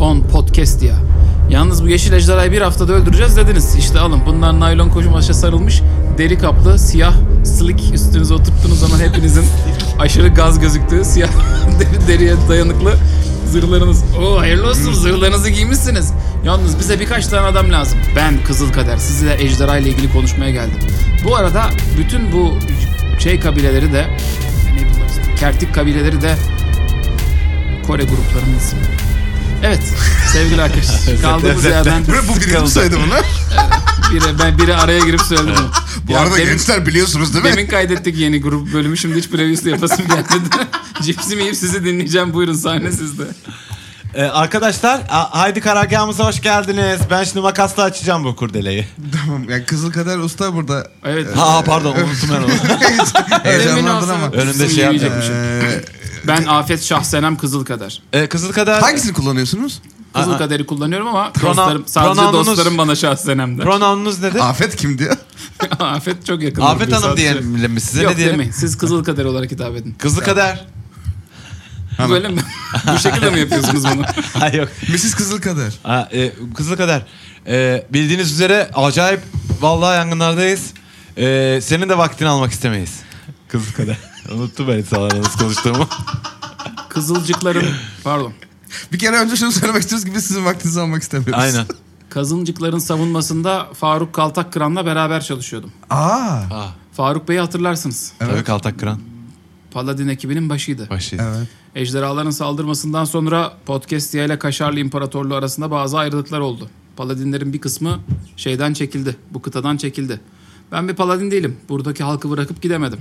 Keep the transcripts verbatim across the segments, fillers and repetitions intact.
on podcast ya. Yalnız bu yeşil ejderhayı bir haftada öldüreceğiz dediniz. İşte alın, bunlar naylon kocumaşa sarılmış, deri kaplı, siyah, slick, üstünüze oturttuğunuz zaman hepinizin aşırı gaz gözüktüğü siyah deri, deriye dayanıklı zırhlarınız. Oo, hayırlı olsun, zırhlarınızı giymişsiniz. Yalnız bize birkaç tane adam lazım. Ben Kızıl Kader, sizinle ejderha ile ilgili konuşmaya geldim. Bu arada bütün bu şey kabileleri de, ne bunlar işte, kertik kabileleri de Kore gruplarının ismi. Evet sevgili arkadaşlar, kaldığımız yerden. Bu biri mi söyledi bunu? biri, ben biri araya girip söyledim. Bu arada demin, gençler biliyorsunuz değil mi? Demin kaydettik yeni grup bölümü, şimdi hiç previously yapasım gelmedi. Cipsimi yiyip sizi dinleyeceğim, buyurun sahne sizde. Ee, arkadaşlar haydi karargahımıza hoş geldiniz. Ben şimdi makasla açacağım bu kurdeleyi. Tamam, yani Kızıl Kader Usta burada. Evet. Ha pardon, unuttum ben onu. Heyecanlandın ama. Önünde şey yapmayacakmışım. Ee, ben Afet Şahsenem Kızıl Kader. Ee, Kızıl Kader. Hangisini kullanıyorsunuz? Kızıl Kader'i kullanıyorum ama Pronoun- dostlarım, sadece pronoununuz- dostlarım bana Şahsenem'de. Pronoununuz nedir? Afet kim diyor? Afet çok yakın. Afet Hanım diyelim mi size? Yok ne diyelim? demeyin. Siz Kızıl Kader olarak hitap edin. Kızıl Kader. Böyle mi? Bu şekilde mi yapıyorsunuz bunu? Hayır yok. missis Kızıl Kader. Ha, e, Kızıl Kader. E, bildiğiniz üzere acayip vallahi yangınlardayız. E, senin de vaktini almak istemeyiz. Kızıl Kader. Unuttum ben insanlarla nasıl konuştuğumu. Kızılcıkların, pardon. Bir kere önce şunu söylemek istiyoruz ki biz sizin vaktinizi almak istemiyoruz. Aynen. Kazıncıkların savunmasında Faruk Kaltakkıran'la beraber çalışıyordum. Aa. Aa, Faruk Bey'i hatırlarsınız. Evet. tabii Kaltak Kıran. Paladin ekibinin başıydı. Başıydı. Evet. Ejderhaların saldırmasından sonra Podcastia ile Kaşarlı İmparatorluğu arasında bazı ayrılıklar oldu. Paladinlerin bir kısmı şeyden çekildi. Bu kıtadan çekildi. Ben bir paladin değilim. Buradaki halkı bırakıp gidemedim.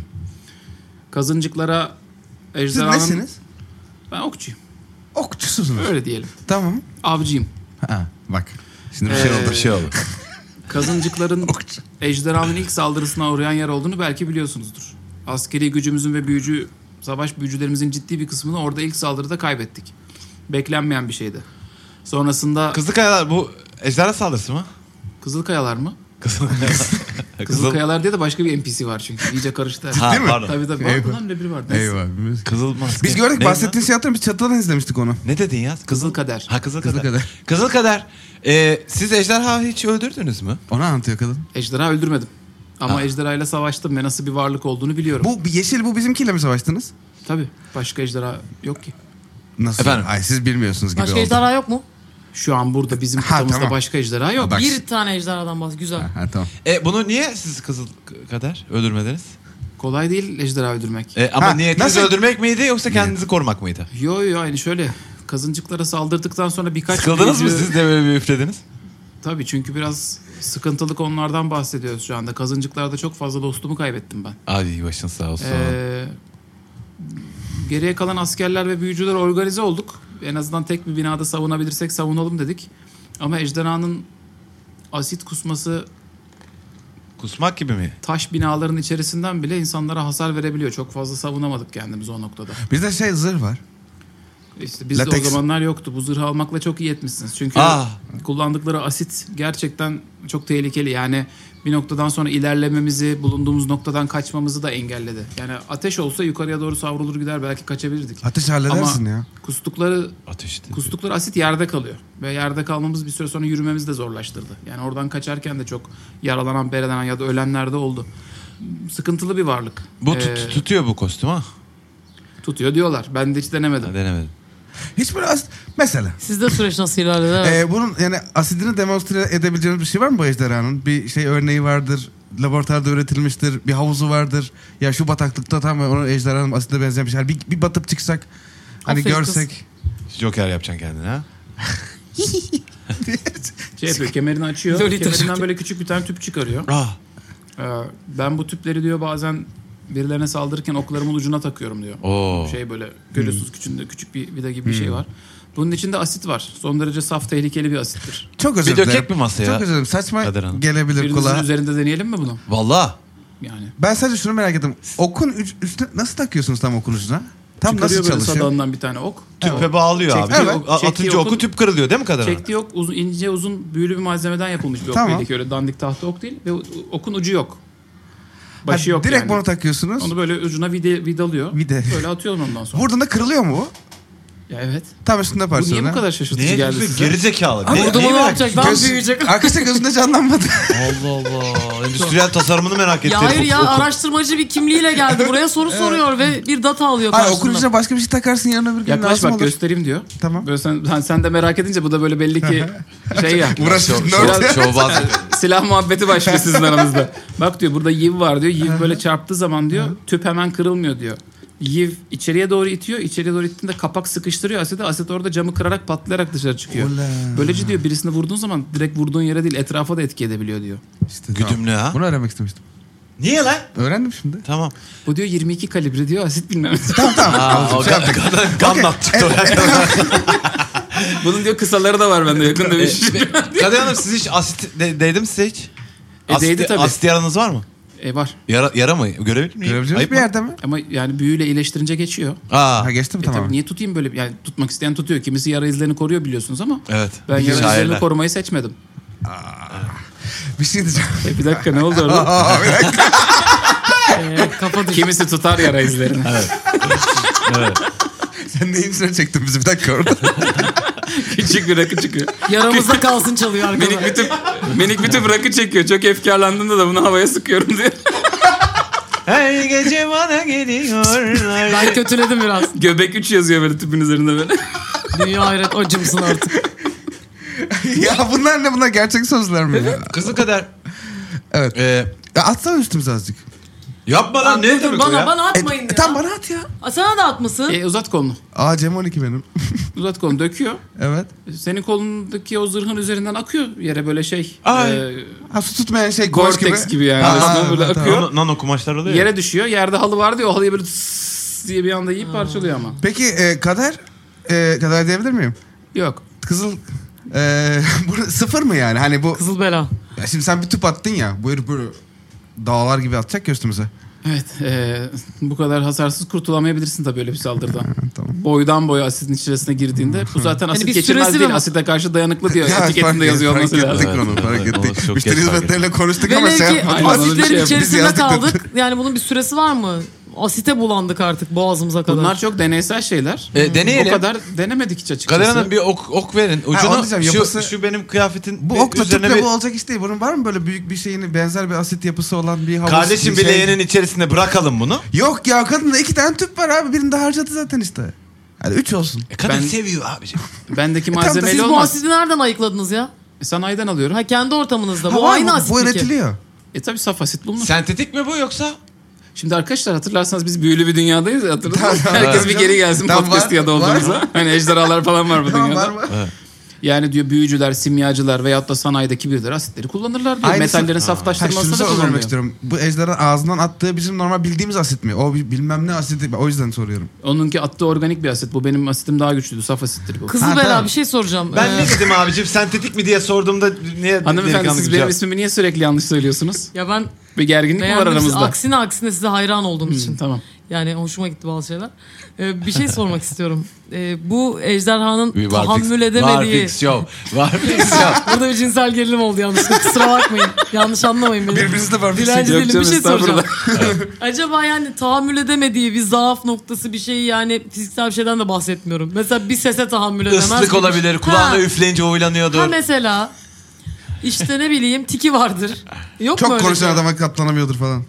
Kazıncıklara ejderhanın... Siz nesiniz? Ben okçuyum. Okçusunuz. Öyle diyelim. Tamam. Avcıyım. Ha, bak. Şimdi bir şey Ee, oldu. Bir şey oldu. Kazıncıkların ejderhanın ilk saldırısına uğrayan yer olduğunu belki biliyorsunuzdur. Askeri gücümüzün ve büyücü savaş büyücülerimizin ciddi bir kısmını orada ilk saldırıda kaybettik. Beklenmeyen bir şeydi. Sonrasında... Kızıl Kayalar bu ejderha saldırısı mı? Kızılkayalar mı? Kızıl Kayalar. Kızılkayalar diye de başka bir N P C var çünkü. İyice karıştı. Ha, Değil mi? pardon. Tabii tabii. Eyvah. Bundan bile biri var. Neyse. Eyvah. bilmiyoruz. Kızıl maske. Biz gördük, Ne bahsettiğin şey hatırlıyorum. Biz çatıdan izlemiştik onu. Ne dedin ya? Kızıl Kader. Ha Kızıl Kızıl Kader. Kader. Kızıl Kader. Ee, siz ejderha hiç öldürdünüz mü? Onu anlatıyor kadın. Ejderha öldürmedim. Ama Ha. ejderhayla savaştım ve nasıl bir varlık olduğunu biliyorum. Bu yeşil, bu bizimkiyle mi savaştınız? Tabii. Başka ejderha yok ki. Nasıl? Efendim? Ay siz bilmiyorsunuz gibi Başka oldu. ejderha yok mu? Şu an burada bizim Ha, kıtamızda tamam. başka ejderha yok. Bak. Bir tane ejderhadan bahs. Güzel. Ha, tamam. E bunu niye siz Kızıl Kader öldürmediniz? Kolay değil ejderha öldürmek. E, ama Ha, niyetiniz nasıl? öldürmek miydi yoksa kendinizi korumak mıydı? Yo yo aynı şöyle. Kazıncıklara saldırdıktan sonra birkaç... Sıkıldınız mı büyücü- siz de böyle bir üflediniz? Tabii çünkü biraz sıkıntılı konulardan bahsediyoruz şu anda. Kazıncıklarda çok fazla dostumu kaybettim ben. Hadi başın sağ olsun. Ee, geriye kalan askerler ve büyücüler organize olduk. En azından tek bir binada savunabilirsek savunalım dedik. Ama ejderhanın asit kusması Kusmak gibi mi? taş binaların içerisinden bile insanlara hasar verebiliyor. Çok fazla savunamadık kendimizi o noktada. Bizde şey zırh var. İşte bizde Lateks. o zamanlar yoktu. Bu zırhı almakla çok iyi etmişsiniz. Çünkü Aa. kullandıkları asit gerçekten çok tehlikeli. Yani bir noktadan sonra ilerlememizi, bulunduğumuz noktadan kaçmamızı da engelledi. Yani ateş olsa yukarıya doğru savrulur gider, belki kaçabilirdik. Ateş halledersin Ama ya. kustukları Ateşti. kustukları asit yerde kalıyor. Ve yerde kalmamız bir süre sonra yürümemizi de zorlaştırdı. Yani oradan kaçarken de çok yaralanan, berelenen ya da ölenler de oldu. Sıkıntılı bir varlık. Bu Ee, tut- tutuyor bu kostüm ha? tutuyor diyorlar. Ben de hiç denemedim. Ha, denemedim. Hiç böyle as- mesela Sizde süreç nasıl ilerledi? Evet. e, bunun yani asidini demonstre edebileceğiniz bir şey var mı bu ejderhanın? Bir şey örneği vardır. Laboratuvarda üretilmiştir. Bir havuzu vardır. Ya şu bataklıkta tam onun ejderhanın asidine benzeyen bir şey. Bir, bir batıp çıksak hani Aferin görsek. Joker yapacaksın kendine ha? Şey yapıyor, kemerini açıyor. Lolita Kemerinden çok- böyle küçük bir tane tüp çıkarıyor. Ah. Ee, ben bu tüpleri diyor bazen birilerine saldırırken oklarımın ucuna takıyorum diyor. Oo. Şey böyle görüyorsunuz küçüğünde küçük bir vida gibi bir şey var. Bunun içinde asit var. Son derece saf, tehlikeli bir asittir. Çok özür Bir dilerim. dökek mi masaya? Çok özür dilerim. Saçma Kader Hanım. gelebilir Birinizin kulağa. üzerinde deneyelim mi bunu? Vallahi. Yani. Ben sadece şunu merak ettim. Okun üç- üstüne nasıl takıyorsunuz tam okun ucuna? Tam Çıkarıyor nasıl böyle çalışıyor? sadağından bir tane ok. Tüpe bağlıyor abi. Çektiği Evet. O- Atınca çektiği oku okun- tüp kırılıyor değil mi Kader Hanım? Çektiği ok uzun, ince uzun büyülü bir malzemeden yapılmış bir ok. Tamam. Belli ki öyle dandik tahta ok değil. Ve okun ucu yok. Başı Ha, yok direkt yani. bunu takıyorsunuz. Onu böyle ucuna vida, vidalıyor. Vide. Böyle atıyorsun ondan sonra. Vurduğunda kırılıyor mu bu? Ya evet. Tam üstünde Bu Barcelona. niye bu kadar şaşırtıcı Neye geldi diyorsun? size? Gerizekalı. Ne, Vurdu mu neyi ne merak yapacak? Ben Göz- büyüyecek. Arkadaşlar gözünde canlanmadı. Allah Allah. Endüstriyel tasarımını merak ettim. Ya hayır ya Oku- araştırmacı bir kimliğiyle geldi. Buraya soru soruyor ve bir data alıyor Hayır karşında. okuyunca başka bir şey takarsın yarın öbür gün Yaklaş lazım bak olur. göstereyim diyor. Tamam. Böyle sen, sen, sen de merak edince bu da böyle belli ki şey ya. Uğraşmış Şov- nerd şov- ya. şovbaz. Silah muhabbeti başlıyor sizin aranızda. Bak diyor burada yiv var diyor. Yiv böyle çarptığı zaman diyor tüp hemen kırılmıyor diyor. Yiv içeriye doğru itiyor. İçeriye doğru ittiğinde kapak sıkıştırıyor aseti. Aset orada camı kırarak patlayarak dışarı çıkıyor. Ola. Böylece diyor birisini vurduğun zaman direkt vurduğun yere değil etrafa da etki edebiliyor diyor. İşte, Güdümlü ha. Bunu öğrenmek istemiştim. Niye lan? Öğrendim şimdi. Tamam. Bu diyor yirmi iki kalibre diyor asit bilmem. Aa, o kan, kan, kanlat çıktı oraya kadar. Bunun diyor kısaları da var bende yakın dövüş. Kadir Hanım siz hiç asit de, değdi mi size hiç? E, Asit, değdi tabii. asit yaranız var mı? E var. Yara, yara mı? Görebilir miyim? Görebileceğimiz Ayıp bir mı? yerde mi? Ama yani büyüyle iyileştirince geçiyor. Aa, Ha geçti mi E tamam. tabii niye tutayım böyle yani tutmak isteyen tutuyor. Kimisi yara izlerini koruyor biliyorsunuz ama evet. ben yara Şairler. izlerini korumayı seçmedim. Bir şey diyeceğim. E bir dakika ne oldu orada? Aa, bir dakika. Ee, kafa düştü. Kimisi tutar yara izlerini. Evet. Sen neyin üstüne çektin bizi bir dakika orada. Küçük bir rakı çıkıyor. Yaramızda kalsın çalıyor arkada. Minik bir tüp, minik bir tüp rakı çekiyor. Çok efkarlandığında da bunu havaya sıkıyorum diye. Her gece bana geliyorlar. Ben kötüledim biraz. Göbek üç yazıyor böyle tüpün üzerinde böyle. Dünya hayret acımsın artık. Ya bunlar ne bunlar gerçek sözler mi ya? Kızı kadar. Evet. Ee, Ya atsana üstümüze azıcık. yapma lan, ne Dur, dur, demek o bana, ya? bana E, atmayın e, ya. tamam bana at ya. Aa, sana da atmasın. E, uzat kolunu. Aa Cem on iki benim. Uzat kolunu döküyor. Evet. Senin kolundaki o zırhın üzerinden akıyor yere böyle şey. Ay. E, Ha su tutmayan şey Gortex Gore-Tex gibi yani. Ha, Resmen böyle tamam. akıyor. Nano, nano kumaşlar oluyor ya. Yere düşüyor. Yerde halı var diyor. O halıyı böyle tıs diye bir anda yiyip parçalıyor ama. Peki e, kader e, kader diyebilir miyim? Yok. Kızıl e, bu sıfır mı yani? Hani bu Kızıl bela. ya şimdi sen bir tüp attın ya. Bu herif böyle dağlar gibi atacak ya üstümüze. Evet. e, bu kadar hasarsız kurtulamayabilirsin tabii öyle bir saldırıdan. Tamam. Boydan boya asitin içerisine girdiğinde bu zaten asit bir geçirmez süresi değil. mi? Asite karşı dayanıklı diyor. Ya, fark Etiketinde et- yazıyor olması fark lazım. ettik onu, fark Evet, ettik. o çok Müşteri geç fark hizmetleriyle konuştuk ama Velev şey ki yapmadık. Aynen, onu bir şey asitlerin yapın. Biz içerisinde yazdık kaldık. Yani bunun bir süresi var mı? Asite bulandık artık boğazımıza kadar. Bunlar çok deneysel şeyler. E, deneyelim. O kadar denemedik hiç açıkçası. Kadir Hanım bir ok, ok verin. onu Ucunu diyeceğim, şu, yapısı- şu benim kıyafetin Bu bir okla üzerine tüple bir... bu olacak iş değil. Bunun var mı böyle büyük bir şeyini benzer bir asit yapısı olan bir havuz? Kardeşim bir bir şey? leğenin içerisine bırakalım bunu. Yok ya kadında iki tane tüp var abi. Birini de harcadı zaten işte. Hadi üç olsun. E, kadın Ben- seviyor abiciğim. Bendeki E, tamam da malzemeyle Siz bu olmaz. asidi nereden ayıkladınız ya? E, sanayiden alıyorum. Ha kendi ortamınızda. Ha, Bu var aynı mı? asit Bu peki. üretiliyor. E tabii saf asit bulunur. Sentetik mi bu yoksa? Şimdi arkadaşlar hatırlarsanız biz büyülü bir dünyadayız ya hatırladınız mı? Tamam, Herkes tamam. bir geri gelsin Tamam, podcast var- ya da olduğumuza. Hani ejderhalar falan var bu Tamam dünyada. var mı? Yani diyor büyücüler, simyacılar veyahut da sanayideki birileri asitleri kullanırlar diyor. Aynısı- Metallerin Ha, şunu saflaştırmasında da sormak kullanılıyor. istiyorum. Bu ejderha ağzından attığı bizim normal bildiğimiz asit mi? O bi- bilmem ne asiti. O yüzden soruyorum. Onunki attığı organik bir asit. Bu benim asitim daha güçlüdü. Saf asittir bu. Kızıl Ha, bela tamam. bir şey soracağım. Ben Ee, ne dedim abicim, sentetik mi diye sorduğumda niye Hanımefendi delikanlı siz gibi benim cevap- ismimi niye sürekli yanlış söylüyorsunuz? Ya ben Bir gerginlik mi var beğendim sizi. aramızda? Aksine aksine size hayran olduğum için. Hı, tamam. Yani hoşuma gitti bazı şeyler. Ee, bir şey sormak istiyorum. Ee, bu ejderhanın Bir var tahammül fix- Var edemediği... fix show. Var fix show. Burada bir cinsel gerilim oldu yanlışlıkla. Kusura bakmayın. Yanlış anlamayın beni. Birbirinizde var. Dilenci Yok değilim. canım, Bir şey soracağım. estağfurullah. Acaba yani tahammül edemediği bir zaaf noktası bir şeyi yani fiziksel bir şeyden de bahsetmiyorum. Mesela bir sese tahammül edemez. Islık gibi. olabilir. Kulağına Ha. üfleyince huylanıyordur. Ha mesela işte ne bileyim tiki vardır. Yok mu Çok öyle konuşan şey? adama katlanamıyordur falan.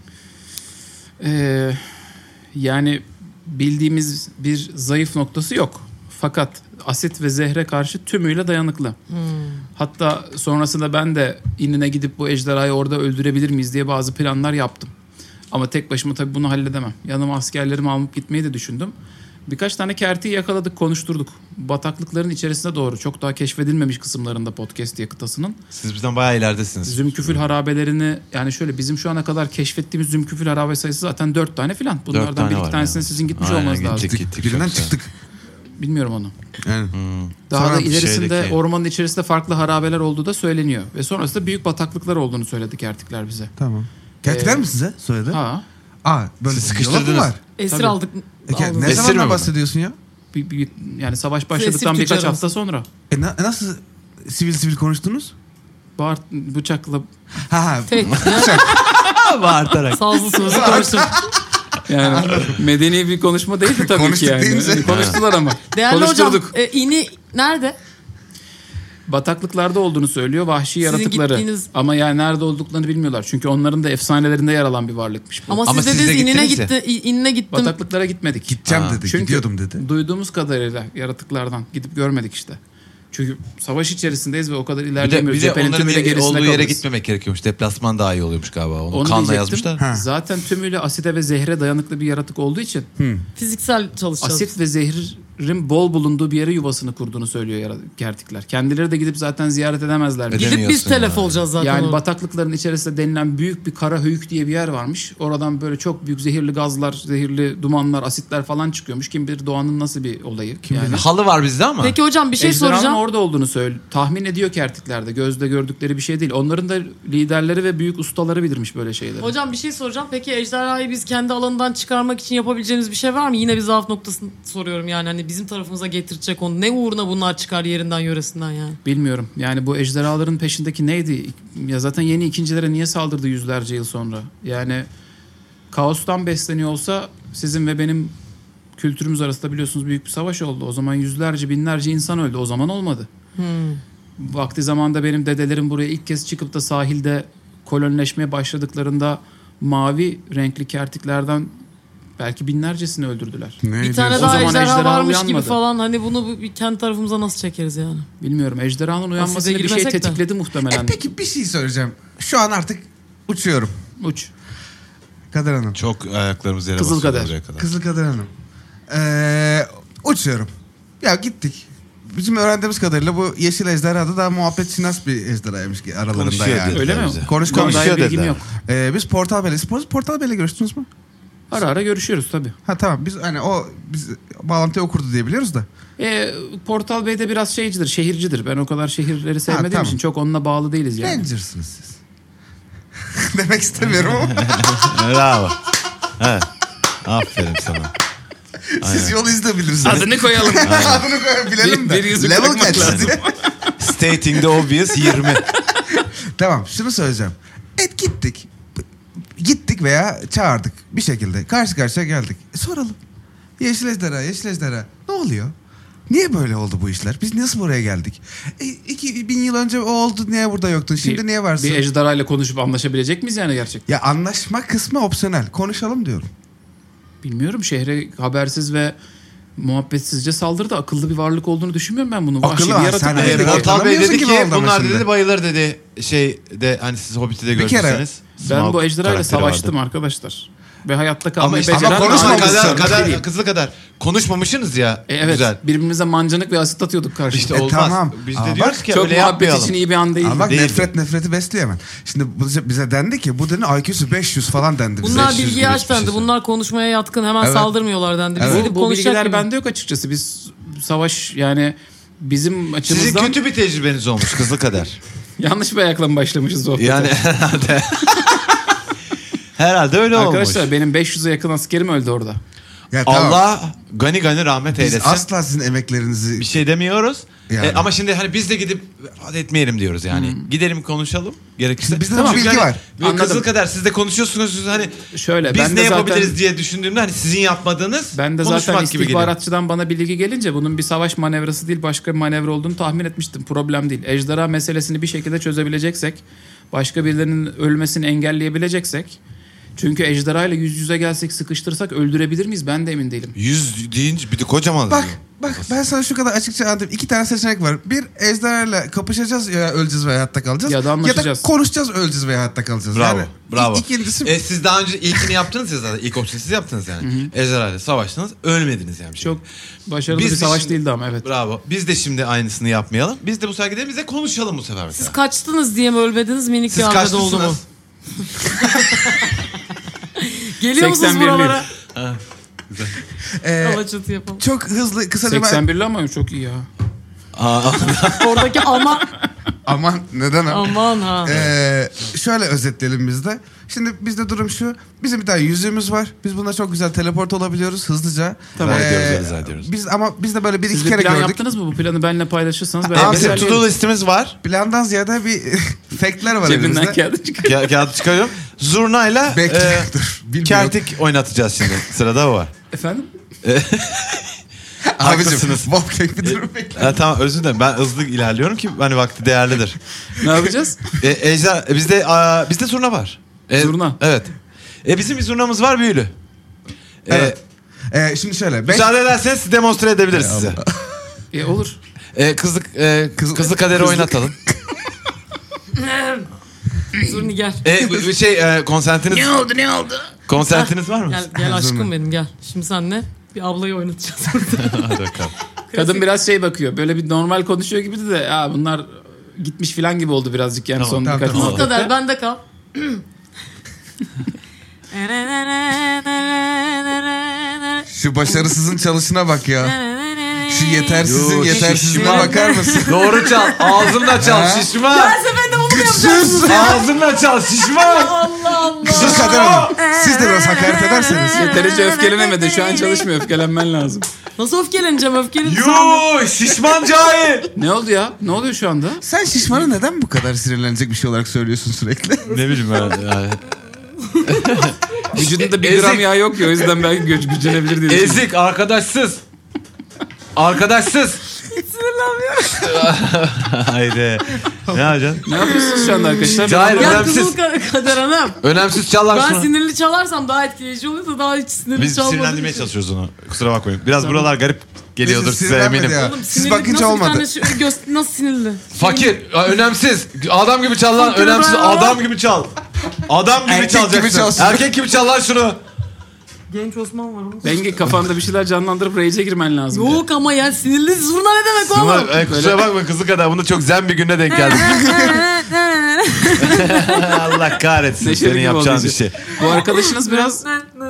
Ee, yani bildiğimiz bir zayıf noktası yok. Fakat asit ve zehre karşı tümüyle dayanıklı. Hatta sonrasında ben de inine gidip bu ejderhayı orada öldürebilir miyiz diye bazı planlar yaptım. Ama tek başıma tabii bunu halledemem. Yanıma askerlerimi alıp gitmeyi de düşündüm. Birkaç tane kertiği yakaladık, konuşturduk. Bataklıkların içerisine doğru, çok daha keşfedilmemiş kısımlarında podcast kıtasının. Siz bizden bayağı ileridesiniz. Zümküfül harabelerini, yani şöyle bizim şu ana kadar keşfettiğimiz zümküfül harabe sayısı zaten dört tane falan. Bunlardan tane bir iki var tanesine yani. sizin gitmiş Aynen, olmanız gittik, lazım. gittik. Birinden çok güzel. çıktık. Bilmiyorum onu. Yani. Daha Sonra da ilerisinde şeydeki- ormanın içerisinde farklı harabeler olduğu da söyleniyor. Ve sonrasında büyük bataklıklar olduğunu söyledi kertikler bize. Tamam. Kertikler Ee, mi size söyledi? Ha, Aa böyle Siz bir yola mı sıkıştırdınız. var? Esir Tabii. aldık. E, ke- aldık. ne Esir mi zamandan bu? bahsediyorsun ya? bir, bir, yani savaş başladıktan Esir birkaç tüccarımız. hafta sonra. E, na- nasıl sivil sivil konuştunuz? Bağır, bıçakla Ha ha. Tek. Bağırtarak. Sazlı sözlü konuştum. Yani medeni bir konuşma değildi tabii ki Konuştuk yani. değil mi sen? Konuştular ama. Değerli hocam Konuşturduk. e, ini nerede? Bataklıklarda olduğunu söylüyor vahşi Sizin yaratıkları. gittiğiniz- Ama yani nerede olduklarını bilmiyorlar. Çünkü onların da efsanelerinde yer alan bir varlıkmış bu. Ama, Ama siz siz de dediniz inine gittiniz ya. gitti, inine gittim. Bataklıklara gitmedik. Gideceğim Ha. dedi. Çünkü Gidiyordum dedi. duyduğumuz kadarıyla yaratıklardan gidip görmedik işte. Çünkü savaş içerisindeyiz ve o kadar Bir de, ilerleyemiyoruz. bir de Cephenin onların tümüyle bir gerisinde olduğu yere kalırız. gitmemek gerekiyormuş. Deplasman daha iyi oluyormuş galiba. Onu, Onu kanla diyecektim. yazmışlar. Ha. Zaten tümüyle aside ve zehre dayanıklı bir yaratık olduğu için Fiziksel çalışacağız. asit ve zehrin bol bulunduğu bir yere yuvasını kurduğunu söylüyor yara- gertikler. Kendileri de gidip zaten ziyaret edemezler. Edem- Gidip biz Edemiyorsun telef ya. olacağız zaten. Yani orada. bataklıkların içerisinde denilen büyük bir kara höyük diye bir yer varmış. Oradan böyle çok büyük zehirli gazlar, zehirli dumanlar, asitler falan çıkıyormuş. Kim bilir doğanın nasıl bir olayı. yani Halı var bizde ama. Peki hocam bir şey Ejderhanın soracağım. orada olduğunu söyle. Tahmin ediyor kertiklerde. Gözde gördükleri bir şey değil. Onların da liderleri ve büyük ustaları bilirmiş böyle şeyleri. Hocam bir şey soracağım. Peki ejderhayı biz kendi alanından çıkarmak için yapabileceğimiz bir şey var mı? Yine bir zaaf noktasını soruyorum yani. Hani bizim tarafımıza getirecek onu. Ne uğruna bunlar çıkar yerinden yöresinden yani? Bilmiyorum. Yani bu ejderhaların peşindeki neydi? Ya zaten yeni ikincilere niye saldırdı yüzlerce yıl sonra? Yani kaostan besleniyor olsa sizin ve benim kültürümüz arasında biliyorsunuz büyük bir savaş oldu. O zaman yüzlerce binlerce insan öldü. O zaman olmadı. Vakti zamanda benim dedelerim buraya ilk kez çıkıp da sahilde kolonileşmeye başladıklarında mavi renkli kertiklerden belki binlercesini öldürdüler. Ne Bir tane diyorsun? O daha zaman ejderha, ejderha varmış gibi uyanmadı. falan. Hani bunu bir kendi tarafımıza nasıl çekeriz yani? Bilmiyorum. Ejderhanın uyanmasıyla bir şey girmesek de. tetikledi E muhtemelen. peki bir şey söyleyeceğim. Şu an artık uçuyorum. Uç. Kader Hanım. Çok ayaklarımız yere Kızıl basıyor kader. buraya kadar. Kızıl Kader Hanım. Ee, uçuyorum. Ya gittik. Bizim öğrendiğimiz kadarıyla bu yeşil ejderha da daha muhabbet şinas bir ejderhaymış ki aralarında Konuşuyor yani. dediler Öyle mi? bize. Konuş- Konuşuyor Konuşuyor bilgim dediler. yok. Ee, biz Portal Bey'le, Spor- Portal Bey'le görüştünüz mü? Ara ara görüşüyoruz tabii. Ha tamam biz hani o biz bağlantıyı okurdu diye biliyoruz da. E, Portal Bey de biraz şeycidir, şehircidir. Ben o kadar şehirleri sevmediğim tamam. için çok onunla bağlı değiliz yani. Ranger'sınız siz. Demek istemiyorum ama Bravo. Evet. Aferin sana. siz yolu izleyebilirsiniz. Adını koyalım. Adını koyalım bilelim de. Bir- bir yüzük Level takmak kaç lazım. diye. Stating the obvious yirmi. Tamam şunu söyleyeceğim. Et gittik. Gittik veya çağırdık bir şekilde. Karşı karşıya geldik. E, soralım. Yeşil ejderha, yeşil ejderha. Ne oluyor? Niye böyle oldu bu işler? Biz nasıl buraya geldik? E, iki bin yıl önce o oldu. Niye burada yoktun? Şimdi Bir- niye varsın? Bir ejderhayla konuşup anlaşabilecek miyiz yani gerçekten? Ya anlaşma kısmı opsiyonel. Konuşalım diyorum. Bilmiyorum, şehre habersiz ve muhabbetsizce saldırdı. Akıllı bir varlık olduğunu düşünmüyorum ben bunu. Vahşi Akıllı bir var, yaratık sen değil. öyle Ee, de Portal Bey anlamıyorsun dedi ki ki ne oldu ama bunlar şimdi. dedi bayılır dedi. Şey de hani siz Hobbit'i de Bir kere görmüşseniz. Ben Smaug bu ejderhayla karakteri savaştım vardı. arkadaşlar. Ve hayatta Ama kalmayı işte beceren ama bir konuşmamışsın. varlık. kadar, kadar, Değil. kızlı kadar konuşmamışsınız ya. E, evet. Güzel. Birbirimize mancalık ve asit atıyorduk karşıda. İşte E, olmaz. tamam. Biz Ama de bak, diyoruz ki Çok öyle muhabbet yapmayalım. için iyi bir an değil. Ama bak Değildi. nefret nefreti besliyor hemen. Şimdi bize, bize dendi ki bu denin I Q'su beş yüz falan dendi bize. Bunlar beş yüz bilgiye bin aç hiçbir dendi. şey Bunlar konuşmaya yatkın. Hemen Evet. saldırmıyorlar dendi. Biz Evet. gidip Bu, bu konuşacak bilgiler gibi. bende yok açıkçası. Biz savaş yani bizim Sizin açımızdan kötü bir tecrübeniz olmuş kızlı kader. yanlış bir ayakla mı başlamışız sohbete? Yani herhalde. Herhalde öyle Arkadaşlar olmuş. benim beş yüz yakın askerim öldü orada. Ya, tamam. Allah gani gani rahmet Biz eylesin. asla sizin emeklerinizi Bir şey demiyoruz. Yani. E, ama şimdi hani biz de gidip hadi etmeyelim diyoruz yani. Gidelim konuşalım gerekirse. Bizde de Tamam, bu bilgi yani, var. böyle Anladım. Kızıl kadar siz de konuşuyorsunuz siz hani Şöyle biz ben ne de zaten yapabiliriz diye düşündüğümde hani sizin yapmadığınız ben de konuşmak zaten gibi geliyor. istihbaratçıdan bana bilgi gelince bunun bir savaş manevrası değil başka bir manevra olduğunu tahmin etmiştim. Problem değil. Ejderha meselesini bir şekilde çözebileceksek, başka birilerinin ölmesini engelleyebileceksek, çünkü ejderhayla yüz yüze gelsek sıkıştırsak öldürebilir miyiz? Ben de emin değilim. Yüz deyince bir de kocaman. Bak bak ben sana şu kadar açıkça anlatayım. İki tane seçenek var. Bir ejderhayla kapışacağız ya öleceğiz veya hayatta kalacağız. Ya da anlaşacağız. Ya da konuşacağız öleceğiz veya hayatta kalacağız. Bravo. Yani, bravo. i- İkincisi E, siz daha önce ilkini yaptınız ya zaten. İlk opsiyonu siz yaptınız yani. Ejderhayla savaştınız. Ölmediniz yani. bir şey. Çok başarılı Biz bir de savaş şimdi- değildi ama evet. Bravo. Biz de şimdi aynısını yapmayalım. Biz de bu sergide bize konuşalım bu sefer mesela. Siz kaçtınız diye mi ölmediniz? Minik Siz bir Ahmet oldu mu? kaçlısınız? Geliyor musunuz seksen birli. buralara? e, Alaçatı yapalım. çok hızlı kısaca ben seksen birli ama çok iyi ya. Aa, Oradaki Alman Aman neden ha? Aman ha. Ee, şöyle özetleyelim biz de. Şimdi bizde durum şu. Bizim bir tane yüzüğümüz var. Biz buna çok güzel teleport olabiliyoruz hızlıca. Tamam. Ee, Rica ediyoruz, rica ediyoruz. Biz ama biz de böyle bir Siz iki bir kere plan gördük. yaptınız mı? Bu planı benimle paylaşırsanız Abi, beraber Bizim Abi, to-do listimiz var. Plandan ziyade bir fake'ler var cebinden elimizde. kağıdı çıkıyor. Ka- kağıt çıkarıyorum. Zurnayla Bekle e, dur. Bilmiyorum. kertik oynatacağız şimdi. Sırada o var. Efendim? Abicim Haklısınız. Bobcake bir durum bekle. Ha, tamam özür dilerim. Ben hızlı ilerliyorum ki hani vakti değerlidir. Ne yapacağız? E, Ejder, e, bizde aa, bizde zurna var. E, Zurna. Evet. E, bizim bir zurnamız var büyülü. E, Evet. Ee, şimdi şöyle. Beş... Müsaade ederseniz demonstre edebiliriz size. E, olur. E, kızlık e, kız, kızlık kaderi oynatalım. Zurni gel. E, bu- bu şey e, konsentiniz Ne oldu ne oldu? konsentiniz var mı? Gel, gel aşkım Zurni. benim gel. Şimdi senle bir ablayı oynatacağız burada. Hadi bakalım. Kadın biraz şey bakıyor. Böyle bir normal konuşuyor gibi de ya bunlar gitmiş filan gibi oldu birazcık yani Tamam, son tamam, birkaç tamam. Bu muhabbette. kadar bende kal. Şu başarısızın çalışına bak ya. Şu yetersizin Yo, yetersizliğine şişman. bakar mısın? Doğru çal. Ağzınla çal Ha? şişman. Her seferinde onu mu yapacaksınız? Ağzınla çal şişman. Allah Allah. Siz Kader Hanım, siz de biraz hakaret ederseniz. Yeterince öfkelenemedin. Şu an çalışmıyor. Öfkelenmen lazım. Nasıl öfkeleneceğim öfkeliyim. Yoo şişman cahil. Ne oldu ya? Ne oluyor şu anda? Sen şişmanı neden bu kadar sinirlenecek bir şey olarak söylüyorsun sürekli? Ne bileyim ben. Yani. Vücudunda bir Ezik. gram yağ yok ya. O yüzden belki güc gücünebilir diye. düşündüm. Ezik arkadaşsız. Arkadaşsız. Haydi. Ne yapacaksın? Ne yapıyorsunuz şu anda arkadaşlar? Cahil, Ben- Ya önemsiz. Kızıl Ka- Kader Hanım. Önemsiz çal lan Ben şunu. sinirli çalarsam daha etkileyici oluyorsa daha hiç sinirli Biz çalmadığım sinirlendirmeye için. çalışıyoruz onu. Kusura bakmayın. Biraz buralar garip geliyordur Bizi size sinirlenmedi eminim. ya. Oğlum, Siz sinirli bakınca nasıl bir olmadı. tane şu- göz, nasıl sinirli? Fakir, ya, önemsiz. Adam gibi çal lan. Fakir Önemsiz. be. Adam gibi çal. Adam gibi Erkek çalacaksın. gibi çalsın. Erkek gibi çal lan şunu. Genç Osman var onu. Bengi kafanda bir şeyler canlandırıp rage'e girmen lazım. Yok ama ya sinirli zurna ne demek oğlum? Ama, e, kusura bakma kızı kadar. Bunu çok zen bir günde denk geldik. Allah kahretsin Neşeli senin gibi yapacağın oldu işi. Bu arkadaşınız biraz...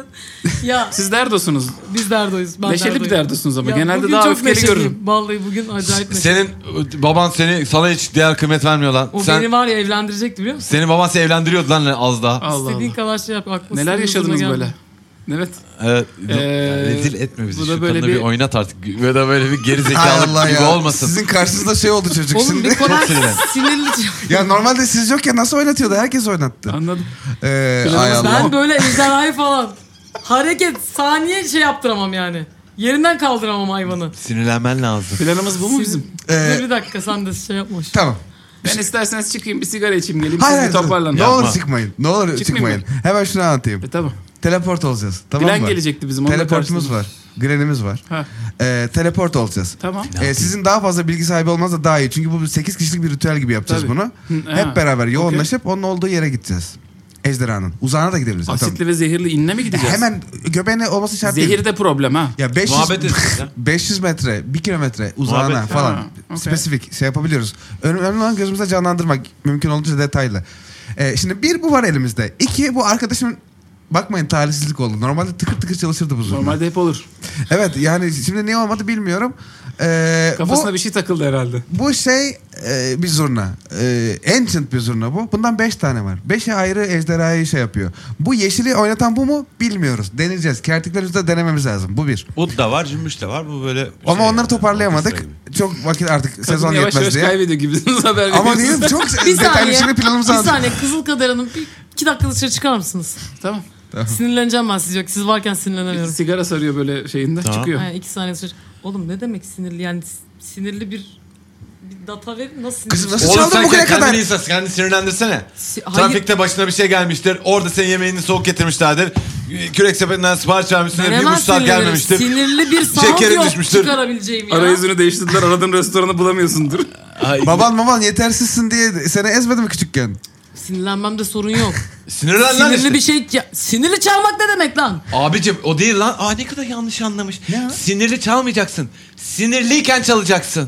Ya Siz derdosunuz. biz derdoyuz. Ben Neşeli bir derdoyum. derdosunuz ama. Ya Genelde bugün daha çok öfkeli neşeliyim. görürüm. Vallahi bugün acayip neşeli. Senin baban seni sana hiç değer kıymet vermiyor lan. O Sen beni var ya evlendirecekti biliyor musun? senin baban seni evlendiriyordu lan az daha. Allah İstediğin Allah. kadar şey yap. Haklısın. Neler yaşadınız Zurna böyle? gelme. Evet. Evet. Ee, Ya rezil etme bizi. bu da Şu böyle kadını bir... bir- oynat artık. Ya da böyle bir geri Hay zekalı Allah gibi ya. olmasın. Sizin karşınızda şey oldu çocuk Oğlum şimdi. bir kadar sinirlen. sinirli. Ya normalde siz yokken nasıl oynatıyordu? Herkes oynattı. Anladım. Ee, Planımız ay Allah. Ben böyle ejderhayı falan hareket saniye şey yaptıramam yani. Yerinden kaldıramam hayvanı. Sinirlenmen lazım. Planımız bu mu bizim? Ee, Dur bir dakika sen de şey yapma. Tamam. Ben isterseniz çıkayım bir sigara içeyim geleyim. Hayır Siz hayır. bir toparlanın. Ne Yapma. olur çıkmayın. Ne olur çıkmayın. mı? Hemen şunu anlatayım. E, tamam. Teleport olacağız. Tamam Plan mı? gelecekti bizim. onunla Teleportumuz karşıladım. var. Grenimiz var. Ha, Ee, teleport olacağız. tamam. Ee, sizin daha fazla bilgi sahibi olmanız da daha iyi. Çünkü bu sekiz kişilik bir ritüel gibi yapacağız Tabii. bunu. Hı, ha, Hep beraber yoğunlaşıp onun olduğu yere gideceğiz. Ejderhanın. Uzağına da gidebiliriz. Asitli ve zehirli inle mi gideceğiz? Hemen göbeğine olması şart değil. Zehir de problem ha. Ya beş yüz, Muhabbet edeceğiz ya. beş yüz metre, bir kilometre uzağına Muhabbet. falan Ha, okey. spesifik şey yapabiliyoruz. Önemli olan gözümüzde canlandırmak. Mümkün olduğunca detaylı. Ee, şimdi bir bu var elimizde. İki bu arkadaşımın bakmayın talihsizlik oldu. Normalde tıkır tıkır çalışırdı bu zurna. Normalde hep olur. Evet yani şimdi niye olmadı bilmiyorum. Ee, Kafasına bu, bir şey takıldı herhalde. bu şey e, bir zurna. E, ancient bir zurna bu. Bundan beş tane var. Beşi ayrı ejderhayı şey yapıyor. Bu yeşili oynatan bu mu bilmiyoruz. Deneyeceğiz. Kertikler üstünde denememiz lazım. Bu bir. Ud da var, cümbüş de var. Bu böyle Ama şey onları yani, toparlayamadık. orkestra gibi. Çok vakit artık Kadın sezon yavaş yetmez yavaş diye. kaybediyor gibisiniz haber Ama veriyorsunuz. niye çok Bir detaylı saniye. şimdi planımızı Bir aldık. saniye Kızıl Kader Hanım bir iki dakika dışarı çıkar mısınız? Tamam. Sinirleneceğim ben siz yok. Siz varken Bir sinirlenemiyorum. sigara sarıyor böyle şeyinde Tamam. çıkıyor. Yani iki saniye dışarı. Oğlum ne demek sinirli yani sinirli bir bir data verin nasıl sinirli? Kızım nasıl- Oğlum çaldın sen bugüne kendini kadar? insan, kendini sinirlendirsene. Si- Hayır. Trafikte başına bir şey gelmiştir. Orada senin yemeğini soğuk getirmişlerdir. Kürek sepetinden sipariş vermişsindir. Ben Bir hemen buçuk saat sinirlenirim. gelmemiştir. Sinirli bir sound Şekerin yok düşmüştür. çıkarabileceğim ya. Arayüzünü değiştirdiler aradığın restoranı bulamıyorsundur. Ay, Baban baban yetersizsin diye seni ezmedi mi küçükken? Sinirlenmemde sorun yok. Sinirlen lan Sinirli işte. bir şey... Ya, sinirli çalmak ne demek lan? Abicim o değil lan. Aa ne kadar yanlış anlamış. Ne o? Sinirli çalmayacaksın. Sinirliyken çalacaksın.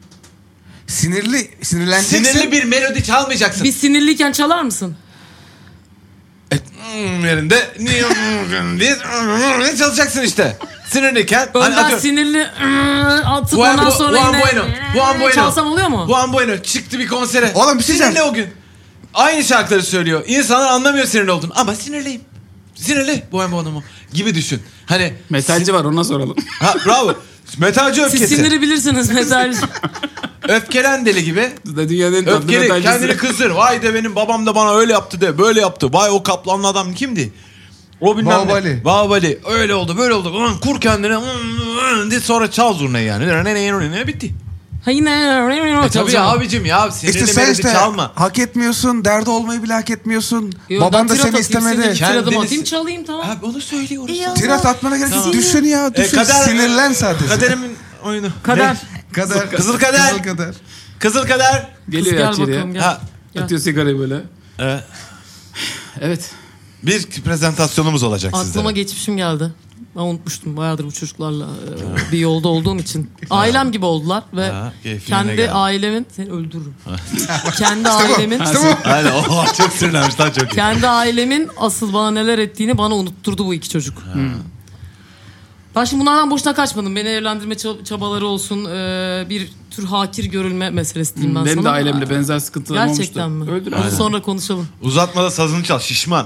Sinirli, sinirleneceksin. Sinirli bir melodi çalmayacaksın. Bir sinirliyken çalar mısın? Et, mm, yerinde niye mm, diye mm, çalacaksın işte. Sinirliyken hani Önden atıyorum, sinirli ıı, atıp Juan ondan Bu- sonra Juan yine Bueno, Juan Bueno. çalsam oluyor mu? Juan Bueno çıktı bir konsere. Oğlum bir şey Sinirli diyeceğim. o gün. Aynı şarkıları söylüyor. İnsanlar anlamıyor sinirli olduğunu ama sinirliyim. Sinirli Juan Bueno mu? Gibi düşün. Hani Metalci var ona soralım. ha, bravo. Metalci Siz öfkesi. siniri bilirsiniz metal. Öfkelen deli gibi. Dünyanın en tatlı Öfkeli metalcisi. kendini kızdır. Vay de benim babam da bana öyle yaptı de böyle yaptı. Vay o kaplanlı adam kimdi? O bilmem Bahubali. ne. Bahubali. Öyle oldu böyle oldu. Ulan kur kendini. diye sonra çal zurnayı yani. Bitti. Ha yine E tabii ya abicim ya sinirli İşte sen melodi işte çalma. hak etmiyorsun, derdi olmayı bile hak etmiyorsun. Yo, Baban da ben tirat seni atayım, istemedi. senin Tirat Kendiniz- atayım çalayım tamam. Abi onu söylüyoruz. İyi Tirat atmana gerek yok. Tamam. Düşün ya, E, düşün. Sinirlen sadece. Kaderimin oyunu. Kader. Ne? Kader. Kızıl kader. Kızıl kader. Kızıl kader. Geliyor Kız ya gel içeriye. bakalım gel. Ha, Gel. Atıyor sigarayı böyle. e, Evet. bir prezentasyonumuz olacak Aklıma sizlere. geçmişim geldi. Ben unutmuştum bayağıdır bu çocuklarla e, bir yolda olduğum için. Ailem gibi oldular ve Ha, keyfine kendi geldi. ailemin seni öldürürüm. kendi İşte bu. ailemin İşte bu. Aynen o çok sinirlenmiş lan çok iyi. kendi ailemin asıl bana neler ettiğini bana unutturdu bu iki çocuk. Ben şimdi bunlardan boşuna kaçmadım. Beni evlendirme çab- çabaları olsun, e, bir tür hakir görülme meselesi diyeyim ben Benim sana. de ailemle benzer sıkıntılarım olmuştu. Gerçekten mi? Öldür Bunu abi. sonra konuşalım. Uzatmada sazını çal şişman.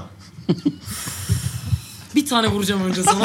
Bir tane vuracağım önce sana.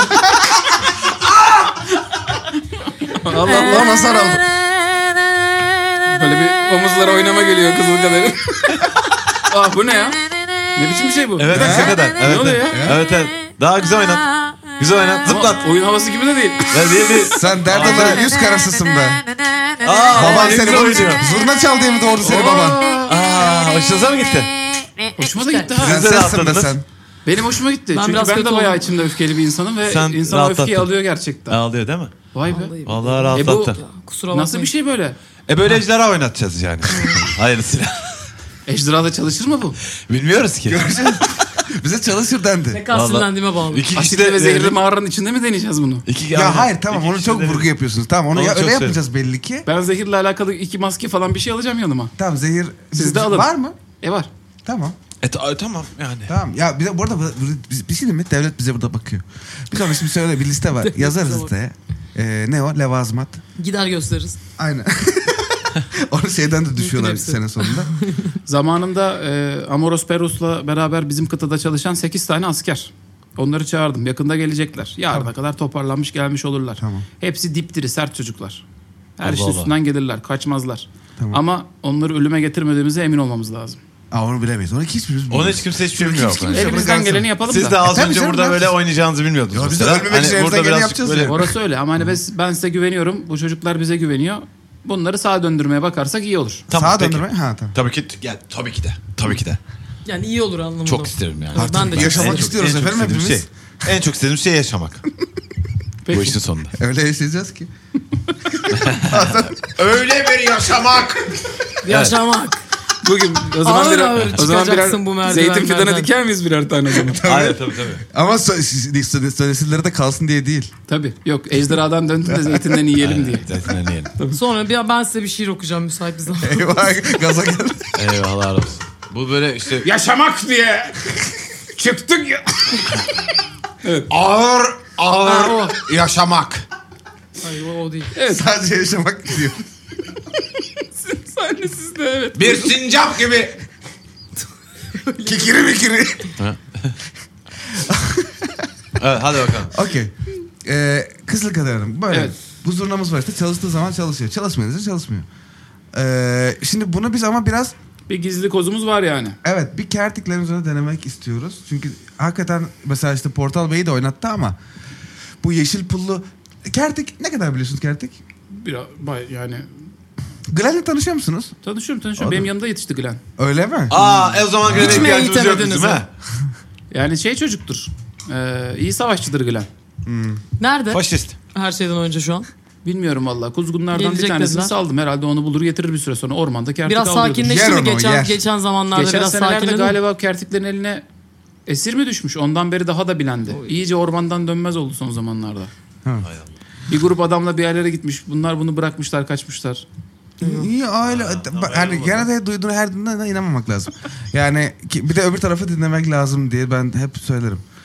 Allah Allah nasar aldım. Böyle bir omuzlara oynama geliyor kızıl kaderin. Ah bu ne ya? Ne biçim bir şey bu? Evet kızıl kader. Evet, oluyor evet. ya? Evet evet. Daha güzel oynat. Güzel oynat. Zıplat. Ama oyun havası gibi de değil. Ya değil değil. Sen dert olarak yüz karasısın be. Aa, Baban ne seni güzel bu oynuyor. zurna çal diye mi doğurdu seni baban? Aa, hoşunuza mı gitti? Hoşuma da gitti ha. Güzel Prensessin be atladınız. sen. Benim hoşuma gitti. Ben Çünkü biraz ben de kötü bayağı oldum. içimde öfkeli bir insanım ve Sen insan o rahatlattın. öfkeyi alıyor gerçekten. Ağlıyor değil mi? Vay be. Vallahi. Vallahi E bu rahatlattı. Kusura bakmayın. nasıl bir şey böyle? E böyle ejderha oynatacağız yani. Hayırlısıyla. Ejderhada çalışır mı bu? Bilmiyoruz ki. Bize çalışır dendi. Ne kadar sinirlendiğime bağlı. İki kişi Asitli ve de zehirli mağaranın içinde mi deneyeceğiz bunu? İki, Ya aynen. hayır tamam İki onu kişi çok de- vurgu yapıyorsunuz. Tamam onu Onu ya, çok öyle severim. yapacağız belli ki. Ben zehirle alakalı iki maske falan bir şey alacağım yanıma. Tamam zehir. Siz de alın. Var mı? E var. Tamam. E, ta- tamam yani. Tamam. Ya bir de bu arada bu- biz- bir şey diyeyim mi? Devlet bize burada bakıyor. Biz ona şimdi söyle bir liste var. Yazarız bize listeye. Ee, ne o? Levazmat. Gider gösteririz. Aynen. Onu şeyden de düşüyorlar hepsi. sene sonunda. Zamanında e, Amoros Peros'la beraber bizim kıtada çalışan sekiz tane asker. Onları çağırdım. Yakında gelecekler. Yarına kadar toparlanmış gelmiş olurlar. Tamam. Hepsi dipdiri sert çocuklar. Her Allah şey Allah. üstünden gelirler. Kaçmazlar. Tamam. Ama onları ölüme getirmediğimize emin olmamız lazım. Aa onu bilemeyiz. Onu hiçbirimiz Onu bilmiyoruz. hiç kimse hiç bilmiyor. Hiç kimse- Elimizden bunu geleni yapalım Siz da. de az E, tabii önce canım, burada ne böyle yapacağız? oynayacağınızı bilmiyordunuz. Ya biz de mesela. ölmemek için elimizden burada geleni biraz yapacağız böyle- ya. Orası öyle ama hani ben, ben size güveniyorum. Bu çocuklar bize güveniyor. Bunları sağa döndürmeye bakarsak iyi olur. Tamam, Sağa peki. döndürme. Ha tamam. Tabii ki ya, tabii ki de. Tabii ki de. Yani iyi olur anlamında. Çok isterim yani. Evet, ben de çok Yaşamak En çok- istiyoruz en çok efendim istediğim hepimiz. Şey, en çok istediğim şey yaşamak. Peki. Bu işin sonunda. Öyle yaşayacağız ki. Öyle bir yaşamak. Yaşamak. Bugün o zaman Ağır birer, ağır o zaman çıkacaksın bu birer merdivenlerden. zeytin fidanı diker miyiz birer tane o zaman? Aynen tabii tabii. Ama so- söylesinleri de kalsın diye değil. Tabii. Yok ejderhadan döndüm de zeytinden yiyelim diye. Zaten yiyelim. Sonra bir ben size bir şiir okuyacağım müsait bir zaman. Eyvah gaza gel. Eyvallah olsun. Bu böyle işte Yaşamak diye çıktık ya. ağır ağır Ha, yaşamak. Hayır o, o değil. Sadece yaşamak diyor. Sahne sizde evet. Bir sincap gibi. Kikiri mikiri. Evet hadi bakalım. Okey. Ee, Kızıl Kader Hanım böyle. Evet. Bu zurnamız var işte çalıştığı zaman çalışıyor. Çalışmayınca çalışmıyor. Ee, şimdi bunu biz ama biraz Bir gizli kozumuz var yani. evet bir kertiklerin üzerine denemek istiyoruz. Çünkü hakikaten mesela işte Portal Bey'i de oynattı ama bu yeşil pullu Kertik ne kadar biliyorsunuz Kertik? Bir, bay- yani Glenn'le tanışıyor musunuz? tanışıyorum tanışıyorum. O da- Benim yanımda yetişti Glenn. Öyle mi? Aa e o zaman göre Hiç mi ihtiyacımız yok eğitemediniz bizim ha? ha. Yani şey çocuktur. Ee, iyi savaşçıdır Glenn. Nerede? Faşist. Her şeyden önce şu an. Bilmiyorum vallahi. Kuzgunlardan Gelecek bir tanesini dediler. saldım. Herhalde onu bulur getirir bir süre sonra. Ormanda kertik Biraz avlıyordur. sakinleşti Yer mi onu, geçen yer. geçen zamanlarda Geçen biraz senelerde sakinledi mi? galiba kertiklerin eline esir mi düşmüş? Ondan beri daha da bilendi. İyice ormandan dönmez oldu son zamanlarda. Ha. Bir grup adamla bir yerlere gitmiş. Bunlar bunu bırakmışlar, kaçmışlar. İyi aile. Yani gene de duyduğun her dinle inanmamak lazım. Yani ki- bir de öbür tarafı dinlemek lazım diye ben hep söylerim.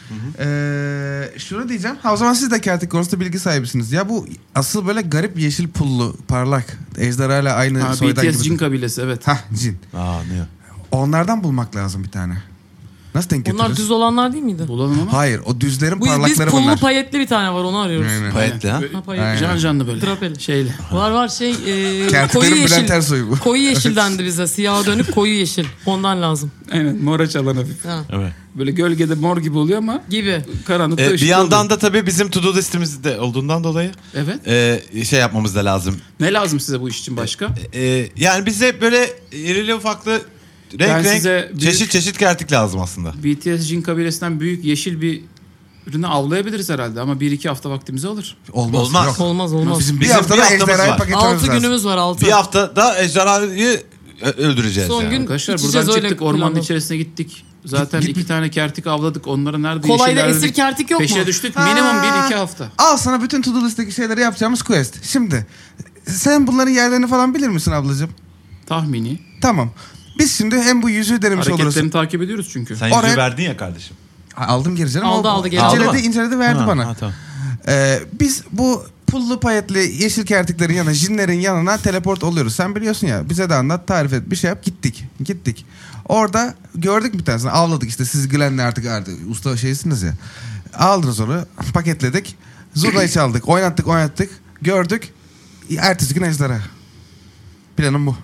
Ee, şunu diyeceğim. Ha, o zaman siz de kertik konusunda bilgi sahibisiniz. Ya bu asıl böyle garip yeşil pullu, parlak, ejderhayla aynı Ha, B soydan T gibi. S cin kabilesi evet. Hah, cin. Aa ne? Onlardan bulmak lazım bir tane. Nasıl denk getiririz? Bunlar düz olanlar değil miydi? Bulalım ama. Hayır, o düzlerin Bu biz parlakları pullu bunlar. payetli bir tane var, onu arıyoruz. Aynen. Payetli ha? Ha, payetli. Aynen. Can canlı böyle. Drapeli. Şeyle. Var var şey e, koyu Kertiklerin Bülent yeşil. Ersoy bu. Koyu yeşil dendi bize. Siyaha dönük koyu yeşil. Ondan lazım. Aynen mora çalan hafif. Ha. Evet. Böyle gölgede mor gibi oluyor ama Gibi. karanlıkta Ee, bir ışıklı yandan oluyor. da tabii bizim to do listemizde olduğundan dolayı Evet. e, şey yapmamız da lazım. Ne lazım size bu iş için başka? E, yani bize böyle irili ufaklı renk Ben renk size büyük- çeşit çeşit kertik lazım aslında. B T S cin kabilesinden büyük yeşil bir ürünü avlayabiliriz herhalde ama bir iki hafta vaktimizi alır. Olmaz. Olmaz. Yok. Olmaz olmaz. Bizim bir Bizim haftada bir haftamız ejderhayı var. paketlememiz Altı lazım. günümüz var altı. Bir haftada ejderhayı ö- öldüreceğiz Son yani. gün Arkadaşlar içeceğiz, buradan öyle çıktık ormanın planladım. içerisine gittik. Zaten Git- iki tane kertik avladık. Onları nerede Kolayda yeşillerdik. esir kertik yok Peşine mu? düştük. Ha. Minimum bir iki hafta. Al sana bütün to do listedeki şeyleri yapacağımız quest. Şimdi sen bunların yerlerini falan bilir misin ablacığım? Tahmini. Tamam. Biz şimdi hem bu yüzüğü denemiş oluruz. Hareketlerini takip ediyoruz çünkü. Sen Oraya- yüzüğü verdin ya kardeşim. Ha, aldım geri canım. Aldı, O- aldı, geri. İnceledi, Aldı mı? inceledi verdi Ha, bana. ha, tamam. Ee, biz bu pullu payetli yeşil kertiklerin yanına, jinlerin yanına teleport oluyoruz. Sen biliyorsun ya, bize de anlat, tarif et, bir şey yap, gittik. Gittik. Orada gördük bir tanesini, avladık işte, siz Glenn'le artık, artık usta şeysiniz ya. Aldınız onu, paketledik. Zurnayı çaldık, oynattık oynattık, gördük. Ertesi gün ejderha. Planım bu.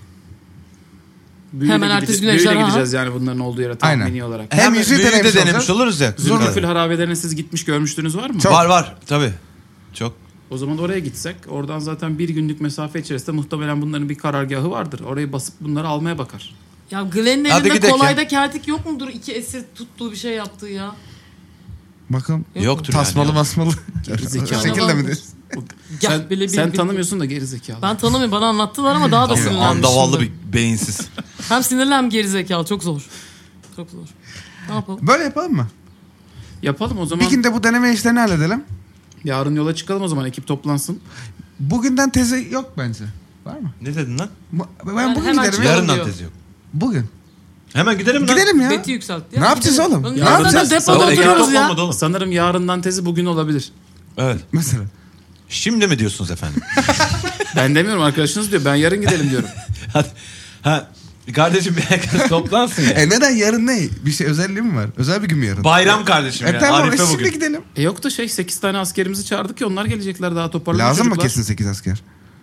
Büyüyle Hemen gidece- ertesi gün büyüyle ejderha. gideceğiz yani bunların olduğu yere tahmini Aynen. olarak. Hem Hem yüzüğü yüzüğü de denemiş denemiş olacağız. oluruz ya. Zülküfül harabelerine siz gitmiş görmüştünüz var mı? Çok. Var var tabii. Çok. O zaman oraya gitsek oradan zaten bir günlük mesafe içerisinde muhtemelen bunların bir karargahı vardır. Orayı basıp bunları almaya bakar. Ya Glenn'in Hadi elinde gidelim. kolayda kertik yok mudur? İki esir tuttuğu bir şey yaptığı ya. Bakalım. Yok Yoktur Tasmalı yani. masmalı. Gerizekalı. O şekilde mi diyorsun? Gel, sen bile bir- sen bir- tanımıyorsun da gerizekalı. Ben tanımıyorum, bana anlattılar ama daha da sinirlendim. Andavallı şimdi. bir beyinsiz. Hem sinirli hem gerizekalı, çok zor. Çok zor. Ne yapalım? Böyle yapalım mı? Yapalım o zaman. Bir günde bu deneme işlerini halledelim. Yarın yola çıkalım o zaman ekip toplansın. Bugünden tezi yok bence. Var mı? Ne dedin lan? Bu- Ben Yani bugün hemen giderim. çıkalım. ya. Yarından diyor. tezi yok. Bugün. Hemen gidelim lan. Gidelim ya. Beti yükseltti. Ya, Ne yapacağız gidelim. oğlum? Ben Ne zaten yapacağız? depoda Sana ekip oturuyoruz ya. toplanmadı oğlum. Sanırım yarından tezi bugün olabilir. Evet. Mesela. Şimdi mi diyorsunuz efendim? Ben demiyorum, arkadaşınız diyor. Ben yarın gidelim diyorum. Hadi. Ha. Kardeşim bir herkes toplansın ya. E neden yarın ne? Bir şey özelliği mi var? Özel bir gün mü yarın? Bayram kardeşim E ya. tamam, Arife e şimdi bugün. gidelim. E yok da şey sekiz tane askerimizi çağırdık ya, onlar gelecekler daha toparlanır Lazım mı çocuklar. kesin sekiz asker?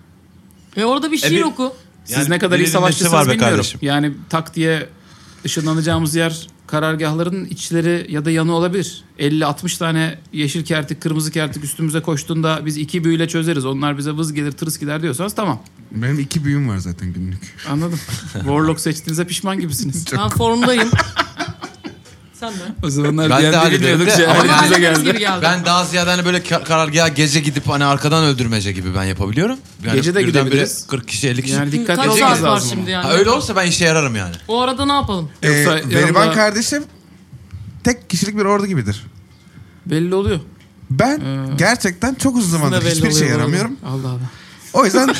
E orada bir şiir bir- oku. Siz Yani ne kadar iyi birinin nesi savaşçısınız var be bilmiyorum. kardeşim? Yani tak diye ışınlanacağımız yer karargahların içleri ya da yanı olabilir. elli altmış tane yeşil kertik, kırmızı kertik üstümüze koştuğunda biz iki büyüyle çözeriz. Onlar bize vız gelir, tırıs gider diyorsanız tamam. Benim iki büyüm var zaten günlük. Anladım. Warlock seçtiğinize pişman gibisiniz. Ben formdayım. Sen de. O zamanlar Ben de diğer hallederim bilmiyorduk, de- şey Ama halimize Hallederiz gibi geldi. geldi. Ben daha ziyade hani böyle kar- karargaha gece gidip hani arkadan öldürmece gibi ben yapabiliyorum. Yani Gece de birdenbire gidebiliriz. kırk kişi elli kişi. Yani dikkatli Kaç olmamız saat var lazım. şimdi yani? Ha, öyle olsa ben işe yararım yani. O arada ne yapalım? Yoksa Ee, Berivan yanımda- kardeşim tek kişilik bir ordu gibidir. Belli oluyor. Ben Ee, gerçekten çok uzun zamandır belli hiçbir şey oluyor bu arada. yaramıyorum. Allah Allah. O yüzden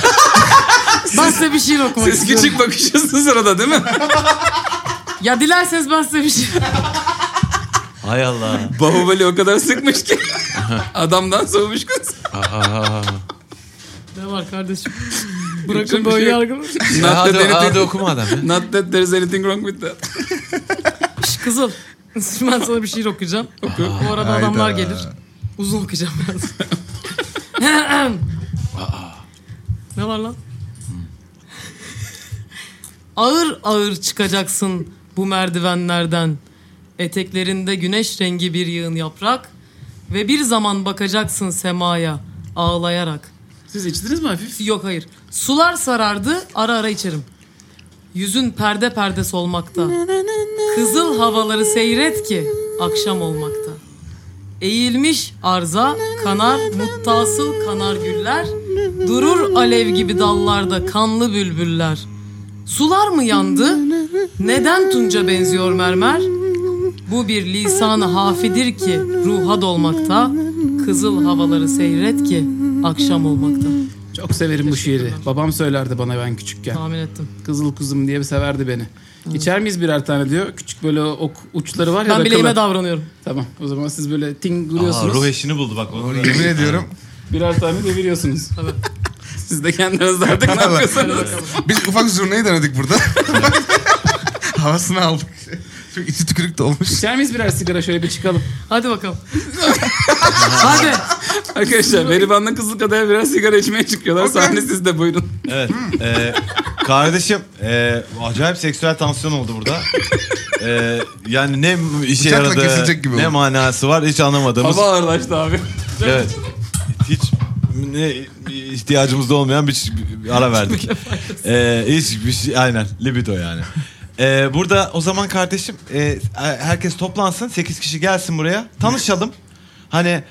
Ben size bir şiir okumak Siz istiyorum. küçük bakışıyorsunuz sırada değil mi? Ya dilerseniz ben size bir şiir... Hay Allah. Bahubali o kadar sıkmış ki. Adamdan soğumuş kız. Aa. Ne var kardeşim? Yapacak Bırakın bir böyle şey yok. yargılı. Not Ya hadi, that anything- hadi okuma adam ya. Not that there's anything wrong with that. Şş, Kızıl. Ben sana bir şiir okuyacağım. Oku. O arada Hayda. adamlar gelir. Uzun okuyacağım biraz. Ne var lan? Ağır ağır çıkacaksın bu merdivenlerden. Eteklerinde güneş rengi bir yığın yaprak. Ve bir zaman bakacaksın semaya ağlayarak. Siz içtiniz mi hafif? Yok hayır. Sular sarardı, ara ara içerim. Yüzün perde perde solmakta. Kızıl havaları seyret ki akşam olmakta. Eğilmiş arza kanar muttasıl kanar güller. Durur alev gibi dallarda kanlı bülbüller. Sular mı yandı? Neden tunca benziyor mermer? Bu bir lisan-ı hafidir ki ruha dolmakta. Kızıl havaları seyret ki akşam olmakta. Çok severim bu şiiri. Babam söylerdi bana ben küçükken. Tahmin ettim. Kızıl kuzum diye severdi beni. İçer miyiz birer tane diyor. Küçük böyle ok uçları var ya. Ben bileğime rakılı. davranıyorum. Tamam o zaman siz böyle ting Aa, duruyorsunuz. ruh eşini buldu bak. Onu Yemin ediyorum. Birer tane deviriyorsunuz. Siz de kendiniz artık ne yapıyorsunuz? Biz ufak zurnayı denedik burada. Havasını aldık. Çok içi tükürük de olmuş. İçer miyiz birer sigara şöyle bir çıkalım. Hadi bakalım. Hadi. Arkadaşlar Berivan'la Kızıl Kadeh'e birer sigara içmeye çıkıyorlar. Okay. Sahne sizde buyurun. Evet. e, kardeşim e, acayip seksüel tansiyon oldu burada. E, yani ne işe Bıçakla yaradı, kesilecek gibi ne oldu. manası var hiç anlamadığımız. Hava ağırlaştı abi. Evet. Hiç ne ihtiyacımız da olmayan bir, bir ara verdik. e, hiç bir şey aynen libido yani. E, burada o zaman kardeşim e, herkes toplansın, sekiz kişi gelsin buraya. Tanışalım. Hani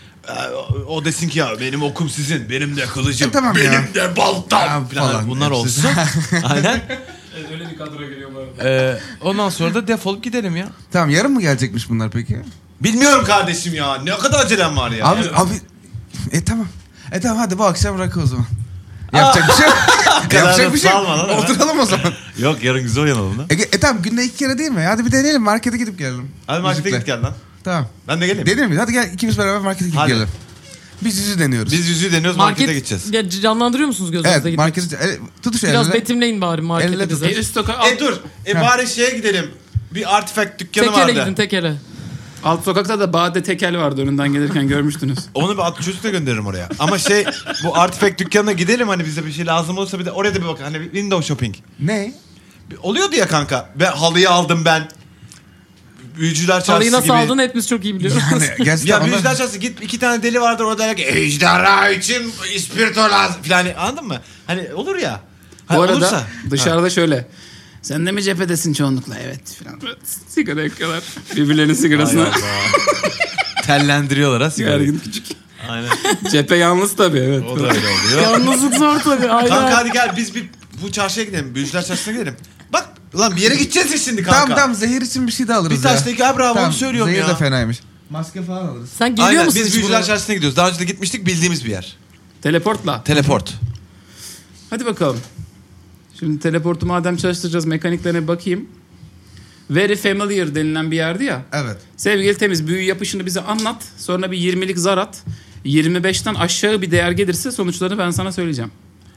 o desin ki ya benim okum sizin, benim de kılıcım, E, tamam benim ya. de baltam Ya, falan. falan. Bunlar Hepsi. olsun. Aynen. Öyle bir kadro geliyor bu arada. Ee, ondan sonra da defolup gidelim ya. Tamam yarın mı gelecekmiş bunlar peki? Bilmiyorum kardeşim ya. Ne kadar acelem var ya. Abi abi e tamam. E tamam hadi bu akşam rakı o zaman. Yapacak bir şey yok. Yapacak bir şey yok. salma lan hemen. Oturalım o zaman. Yok yarın güzel oynayalım da. E, e tamam günde iki kere değil mi? Hadi bir deneyelim markete gidip gelelim. Hadi markete Müzikle. git gel lan. Tamam. Ben de geleyim. Deneyelim mi? Hadi gel ikimiz beraber markete gidip Hadi. gelelim. Biz yüzü deniyoruz. Biz yüzüğü deniyoruz markete Market gideceğiz. ya, canlandırıyor musunuz gözünüzde evet gitmek? markete e, tutuş Biraz eline. betimleyin bari marketi Elle bize. E, stoka, alt, E dur. E Ha. bari şeye gidelim. Bir artifact dükkanı Tekele vardı. gidin tekele. alt sokakta da Bade Tekel vardı önünden gelirken görmüştünüz. Onu bir at çocuk da gönderirim oraya. Ama şey bu artifact dükkanına gidelim hani bize bir şey lazım olursa bir de oraya da bir bakın. Hani bir window shopping. Ne? Bir- Oluyordu ya kanka. Ve halıyı aldım ben. Büyücüler çarşısı Halıyı nasıl gibi. aldın hepimiz çok iyi biliyoruz. Yani gerçekten Ya ona- büyücüler çarşısı git iki tane deli vardır orada der ki ejderha için ispirto lazım falan anladın mı? Hani olur ya. Hani Bu arada olursa. dışarıda şöyle. Sen de mi cephedesin çoğunlukla? Evet falan. Sigara yakıyorlar. Birbirlerinin sigarasını. Hay Allah. Tellendiriyorlar ha sigarayı. Gergin küçük. Aynen. Cephe yalnız tabii evet. O da öyle oluyor. Yalnızlık zor tabii. Kanka Aynen. hadi gel biz bir bu çarşıya gidelim. Büyücüler çarşısına gidelim. Bak lan bir yere gideceğiz ya şimdi kanka. Tamam tamam zehir için bir şey de alırız Bir ya. taştaki ha bravo onu söylüyorum zehir ya. de fenaymış. Maske falan alırız. Sen geliyor Aynen musun biz hiç büyücüler buraya? çarşısına gidiyoruz. Daha önce de gitmiştik bildiğimiz bir yer. Teleportla. Teleport. Hadi bakalım. Şimdi teleportu madem çalıştıracağız mekaniklerine bakayım. Very familiar denilen bir yerdi ya. Evet. Sevgili Temiz büyü yapışını bize anlat. Sonra bir yirmilik zar at. yirmi beşten aşağı bir değer gelirse sonuçlarını ben sana söyleyeceğim.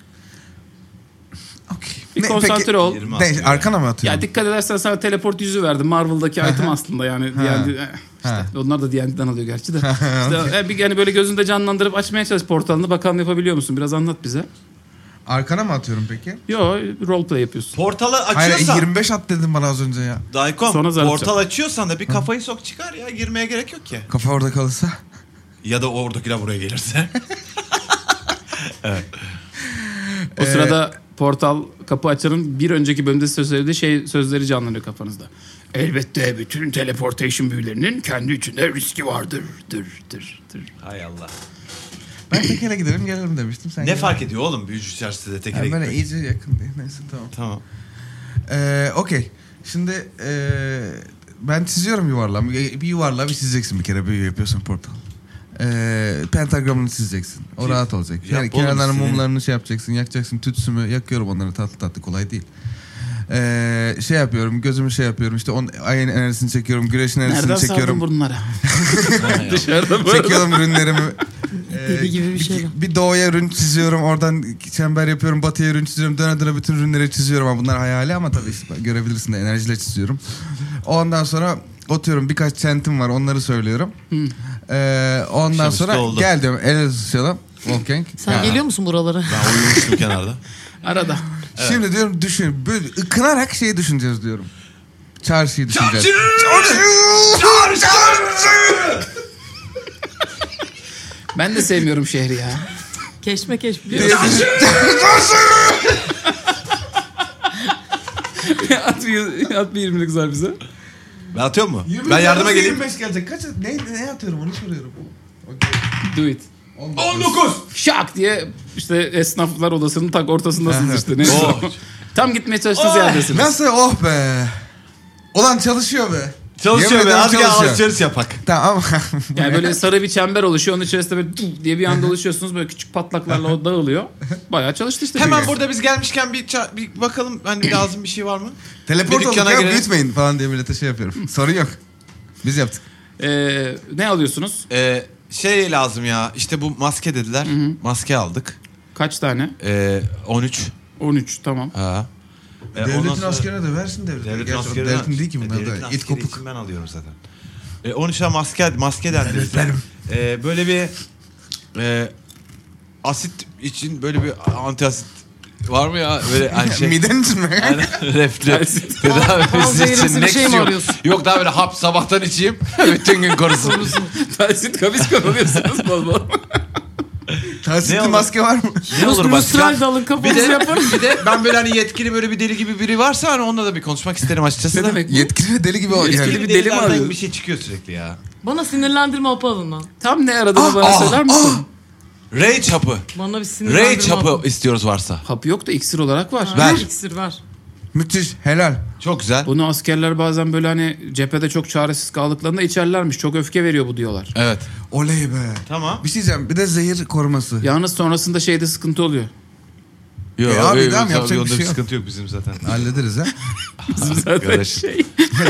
Okey. Bir Ne, konsantre peki- ol. yirmi Ne, arkana mı atıyorum? Ya dikkat edersen sana teleport yüzü verdi. Marvel'daki item aslında yani. Ha. D and D, eh, işte Ha. onlar da D and D'den alıyor gerçi de. İşte, eh, bir yani böyle gözünde canlandırıp açmaya çalış portalını. Bakalım yapabiliyor musun? Biraz anlat bize. Arkana mı atıyorum peki? Yo roleplay yapıyorsun. Portalı Hayır açıyorsan. yirmi beş at dedin bana az önce ya. Daykom Sonra zar portal açıyorsan da bir kafayı sok çıkar ya. Girmeye gerek yok ki. Kafa orada kalırsa. Ya da oradakiler buraya gelirse. O Ee, sırada portal kapı açarın bir önceki bölümde size söylediği şey sözleri canlanıyor kafanızda. Elbette bütün teleportation büyülerinin kendi içinde riski vardır. Dır, dır, dır. Hay Allah. Ben tekele gidelim gelelim demiştim. Sen Ne gel. fark ediyor oğlum büyücü çarşısında tekere Yani böyle gitmek? iyice yakın değil. Neyse tamam. Tamam. Ee, Okey. Şimdi ee, ben çiziyorum yuvarlağı. Bir bir yuvarlağı bir çizeceksin bir kere büyü yapıyorsun portal. Ee, pentagramını çizeceksin. O Çiz. rahat olacak. Yap Yani oğlum, kenarlarını sinir. mumlarını şey yapacaksın. Yakacaksın tütsümü. Yakıyorum onları tatlı tatlı kolay değil. Ee, şey yapıyorum gözümü şey yapıyorum işte on, ayın enerjisini çekiyorum güneşin enerjisini Nereden çekiyorum. sardın bunlara? Hay Allah. Dışarıda böyle. Çekiyorum ürünlerimi. Deli gibi bir şey. Bir doğuya ürün çiziyorum. Oradan çember yapıyorum. Batıya ürün çiziyorum. Döne döne bütün ürünleri çiziyorum. Ama bunlar hayali ama tabii işte görebilirsin de enerjiyle çiziyorum. Ondan sonra oturuyorum. Birkaç centim var. Onları söylüyorum. Ee, ondan Akşamüstü sonra oldu. gel diyorum. El tutuşalım. Wolfgang. Sen Ha. geliyor musun buralara? Ben uyumuştum kenarda. Arada. Şimdi diyorum düşün. Böyle ıkınarak şeyi düşüneceğiz diyorum. Çarşıyı düşüneceğiz. Ben de sevmiyorum şehri ya. Keşme keş biliyor musun? at, bir, at bir yirmilik zar bize. Ben atıyor mu? Ben yardıma geleyim. yirmi beş gelecek. Kaç ne ne atıyorum onu soruyorum. Okay. Do it. on dokuz. Şak diye işte esnaflar odasının tak ortasındasınız Evet. işte. Neyse. Oh. Tam gitmeye çalıştığınız Oh, yerdesiniz. nasıl oh be. Ulan çalışıyor be. Çalışıyor Yemin be. ederim Hadi gel çalışıyor. alışveriş yapak. Tamam ama Yani böyle sarı bir çember oluşuyor. Onun içerisinde böyle tık diye bir anda oluşuyorsunuz. Böyle küçük patlaklarla o dağılıyor. Bayağı çalıştı işte. Hemen dünya. burada biz gelmişken bir, ça- bir bakalım hani lazım bir şey var mı? teleport Bir olduk dükkana ya girelim. büyütmeyin falan diye millete şey yapıyorum. Sorun yok. Biz yaptık. Ee, ne alıyorsunuz? Ee, şey lazım ya işte bu maske dediler. Maske aldık. Kaç tane? Ee, on üç. on üç tamam. Ha. Ee, ondan Devletin sonra- askerine de versin devlet. Devletin Gerçi o askeri devletin var. değil ki E, bunlar devletin da. askeri İt kopuk. için ben alıyorum zaten. E, on üçe maske, maske dendi bize. Devletlerim. E, böyle bir e, asit için böyle bir anti asit var mı ya? Böyle hani şey. Miden için mi? Yani reflü Tersi. tedavisi zehirlisi için bir ne şey mi istiyor? arıyorsun? Yok daha böyle hap sabahtan içeyim. Bütün gün korusun. Tersit kabiskon alıyorsunuz bol bol. Ne Taksitli olur? maske var mı? Ne olur Lüstral başka? dalın Bir kafanızı de, yaparım. bir de ben böyle hani yetkili böyle bir deli gibi biri varsa hani onunla da bir konuşmak isterim açıkçası. Ne da. demek bu? Yetkili ve deli gibi o. Yetkili Yani. bir deli mi delilerden arıyor? bir şey çıkıyor sürekli ya. Bana sinirlendirme hapı alın lan. Tam ne aradığını bana ah, söyler misin? Rage hapı. Bana bir sinirlendirme Rage hapı istiyoruz varsa. Hap yok da iksir olarak var. Ver. Ver. İksir ver. Müthiş. Helal. Çok güzel. Bunu askerler bazen böyle hani cephede çok çaresiz kaldıklarında içerlermiş. Çok öfke veriyor bu diyorlar. Evet. Oley be. Tamam. Bir şey diyeceğim. Bir de zehir koruması. Yalnız sonrasında şeyde sıkıntı oluyor. Yok E abi, tamam, yapacak bir şey yok. sıkıntı yok bizim zaten. Hallederiz ha. Bizim zaten Kardeşim. şey.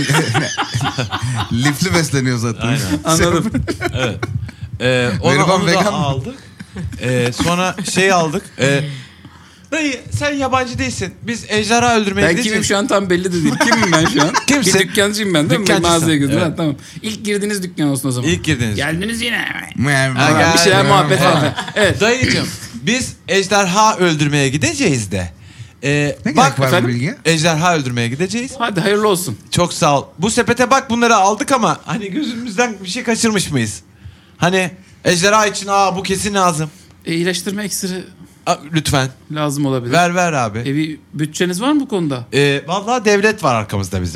Lifli besleniyor zaten. Aynen. Anladım. Evet. Ee, onu, Veriban onu vegan da mı? aldık. Ee, sonra şey aldık. Ee, dayı sen yabancı değilsin. Biz ejderha öldürmeye Ben gideceğiz. kimim şu an tam belli de değil. Kimim ben şu an? Kimsin? Bir dükkancıyım ben değil mi? Dükkancısın. Mağazaya girdim. Evet. Ha, tamam. İlk girdiğiniz dükkan olsun o zaman. İlk girdiniz. Geldiniz yine. Ha, gel- bir şeyler muhabbet falan. Evet. Dayıcığım biz ejderha öldürmeye gideceğiz de. Ee, Ne bak gerek var bu efendim? bilgiye? ejderha öldürmeye gideceğiz. Hadi hayırlı olsun. Çok sağ ol. Bu sepete bak bunları aldık ama hani gözümüzden bir şey kaçırmış mıyız? Hani ejderha için aa bu kesin lazım. E, iyileştirme iksiri Aa, lütfen. lazım olabilir. Ver ver abi. E, bir bütçeniz var mı bu konuda? Ee, vallahi devlet var arkamızda bizim.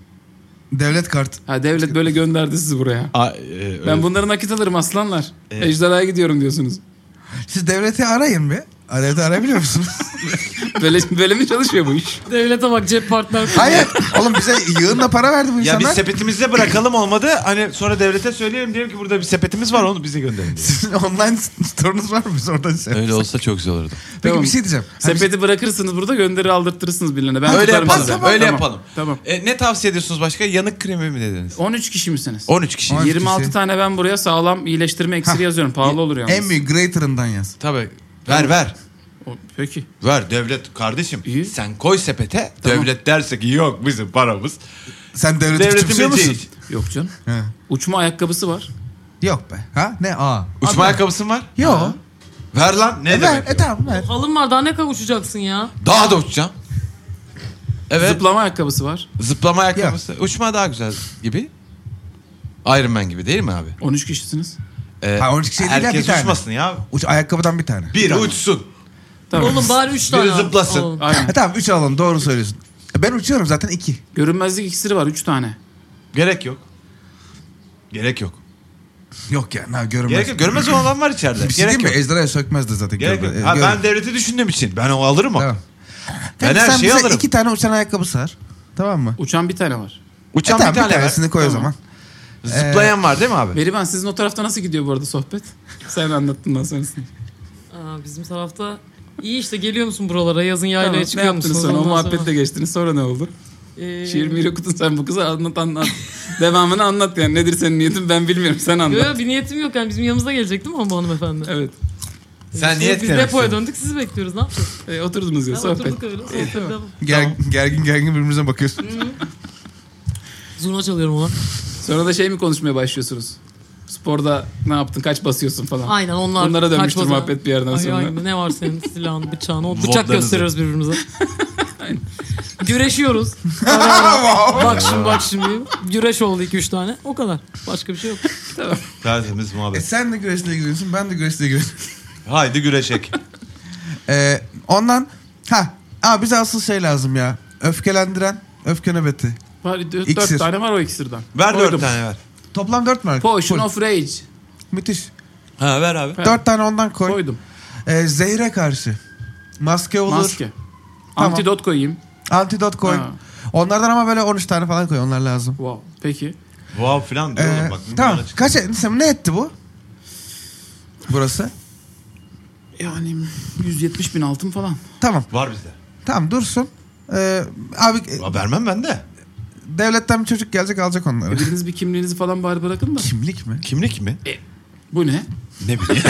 Devlet kart. Ha devlet böyle gönderdi sizi buraya. Aa, e, Ben bunları nakit alırım aslanlar. Evet. Ejderhaya gidiyorum diyorsunuz. Siz devleti arayın be. Ha, devleti arayabiliyor musunuz? Böyle böyle mi çalışıyor bu iş? Devlete bak cep partner. Hayır. Oğlum bize yığınla para verdi bu Ya insanlar. biz sepetimizde bırakalım olmadı. Hani sonra devlete söyleyelim diyelim ki burada bir sepetimiz var onu bize gönderin diye. Sizin online store'unuz var mı? Biz oradan şey. Öyle olsa çok güzel olurdu. Peki Tamam. bir şey diyeceğim. Hani Sepeti bırakırsınız burada gönderi aldırtırsınız birilerine. Ben Öyle tutarım yapalım. sizi. Öyle Tamam. yapalım. Tamam. E, ne tavsiye ediyorsunuz başka? Yanık kremi mi dediniz? on üç kişi misiniz? on üç kişi. On üç yirmi altı kişi. tane ben buraya sağlam iyileştirme iksiri Hah. yazıyorum. Pahalı olur yalnız. En büyük Greater'ından yaz. Tabii. Ver ver. O- Peki. Ver devlet kardeşim. İyi. Sen koy sepete. Tamam. Devlet derse ki yok bizim paramız. Sen devleti Devletin küçümsüyor musun? bileceği iş. Yok canım. He. Uçma ayakkabısı var. Yok be. Ha? Ne? Aa. Uçma Abi- ayakkabısı mı var? Yok. Ver lan. Ne E, ver. demek? E tamam ver. Halım var daha ne kavuşacaksın ya? Daha da uçacağım. Evet. Zıplama ayakkabısı var. Zıplama ayakkabısı. Uçma daha güzel gibi. Iron Man gibi değil mi abi? on üç kişisiniz. Ee, Ha, on üç kişi değil ya, herkes bir tane. uçmasın ya. Uç ayakkabıdan bir tane. Bir tane. uçsun. Tamam. Oğlum bari üç tane. Biri al. zıplasın. Oğlum. Aynen. E tamam üç alalım doğru söylüyorsun. E, ben uçuyorum zaten iki. Görünmezlik iksiri var üç tane. Gerek yok. Gerek yok. Yok ya. Ha, görünmez. Gerek yok. Görmez olan var içeride. Bir şey Gerek değil mi? yok. Ejderhaya sökmezdi zaten. Gerek yok. Gör- Ha, gör- ben devleti düşündüğüm için. Ben o alırım o. Tamam. Ben Kanka, her sen şeyi bize alırım. iki tane uçan ayakkabısı var. Tamam mı? Uçan bir tane var. Uçan e, tamam, bir tane ver. tanesini koy o Tamam. zaman. Zıplayan var değil mi abi? Beriban sizin o tarafta nasıl gidiyor bu arada sohbet? Sen anlattın daha sonrasını. Aa, bizim tarafta iyi işte geliyor musun buralara yazın yaylaya Tamam, ne çıkıyor yaptınız musunuz? sonra? O Ondan muhabbetle geçtiniz. Sonra ne oldu? Ee, Şiir miri okudun sen bu kıza anlat anlat. Devamını anlat yani. Nedir senin niyetin ben bilmiyorum. Sen anlat. Yok bir niyetim yok yani bizim yanımızda gelecek değil mi bu hanımefendi? Evet. Sen Biz- niyet Biz demek depoya istiyorsun. döndük sizi bekliyoruz ne yapacağız? E, oturdunuz ya Ha, sohbet. oturduk öyle. Sohbet tamam. devam. Ger- Gergin gergin birbirimize bakıyoruz. Zurna çalıyorum ona. Sonra da şey mi konuşmaya başlıyorsunuz? Sporda ne yaptın? Kaç basıyorsun falan. Aynen onlar. Onlara dönmüştür kaçmadan. muhabbet bir yerden Ay, sonra. ay, ne var senin silahın, bıçağın? O bıçak Vodlarınızı. gösteriyoruz birbirimize. Güreşiyoruz. Ara ara. Bak şimdi bak şimdi. Güreş oldu iki üç tane. O kadar. Başka bir şey yok. Tamam. Tertemiz E, muhabbet. sen de güreşle ilgileniyorsun ben de güreşle ilgileniyorum. Haydi güreşek. Ee, ondan ha aa, bize asıl şey lazım ya. Öfkelendiren öfke nöbeti. Var, dört, İksir. dört tane var o iksirden. Ver Koydum. dört tane ver. Toplam dört mü? Potion Full. of Rage. Müthiş. Ha ver abi. Ha. Dört tane ondan koy. Koydum. Ee, zehre karşı. Maske olur. Maske. Tamam. Antidot koyayım. Antidot koy. Ha. Onlardan ama böyle on üç tane falan koy. Onlar lazım. Wow. Peki. Wow falan diyor Ee, oğlum bak. tamam. milyara çıktı. Kaç sen ne etti bu? Burası. Yani yüz yetmiş bin altın falan. Tamam. Var bizde. Tamam dursun. Ee, abi Ya vermem ben de. devletten bir çocuk gelecek alacak onları. Biriniz bir kimliğinizi falan bari bırakın da. Kimlik mi? Kimlik mi? Bu ne? Ne bileyim.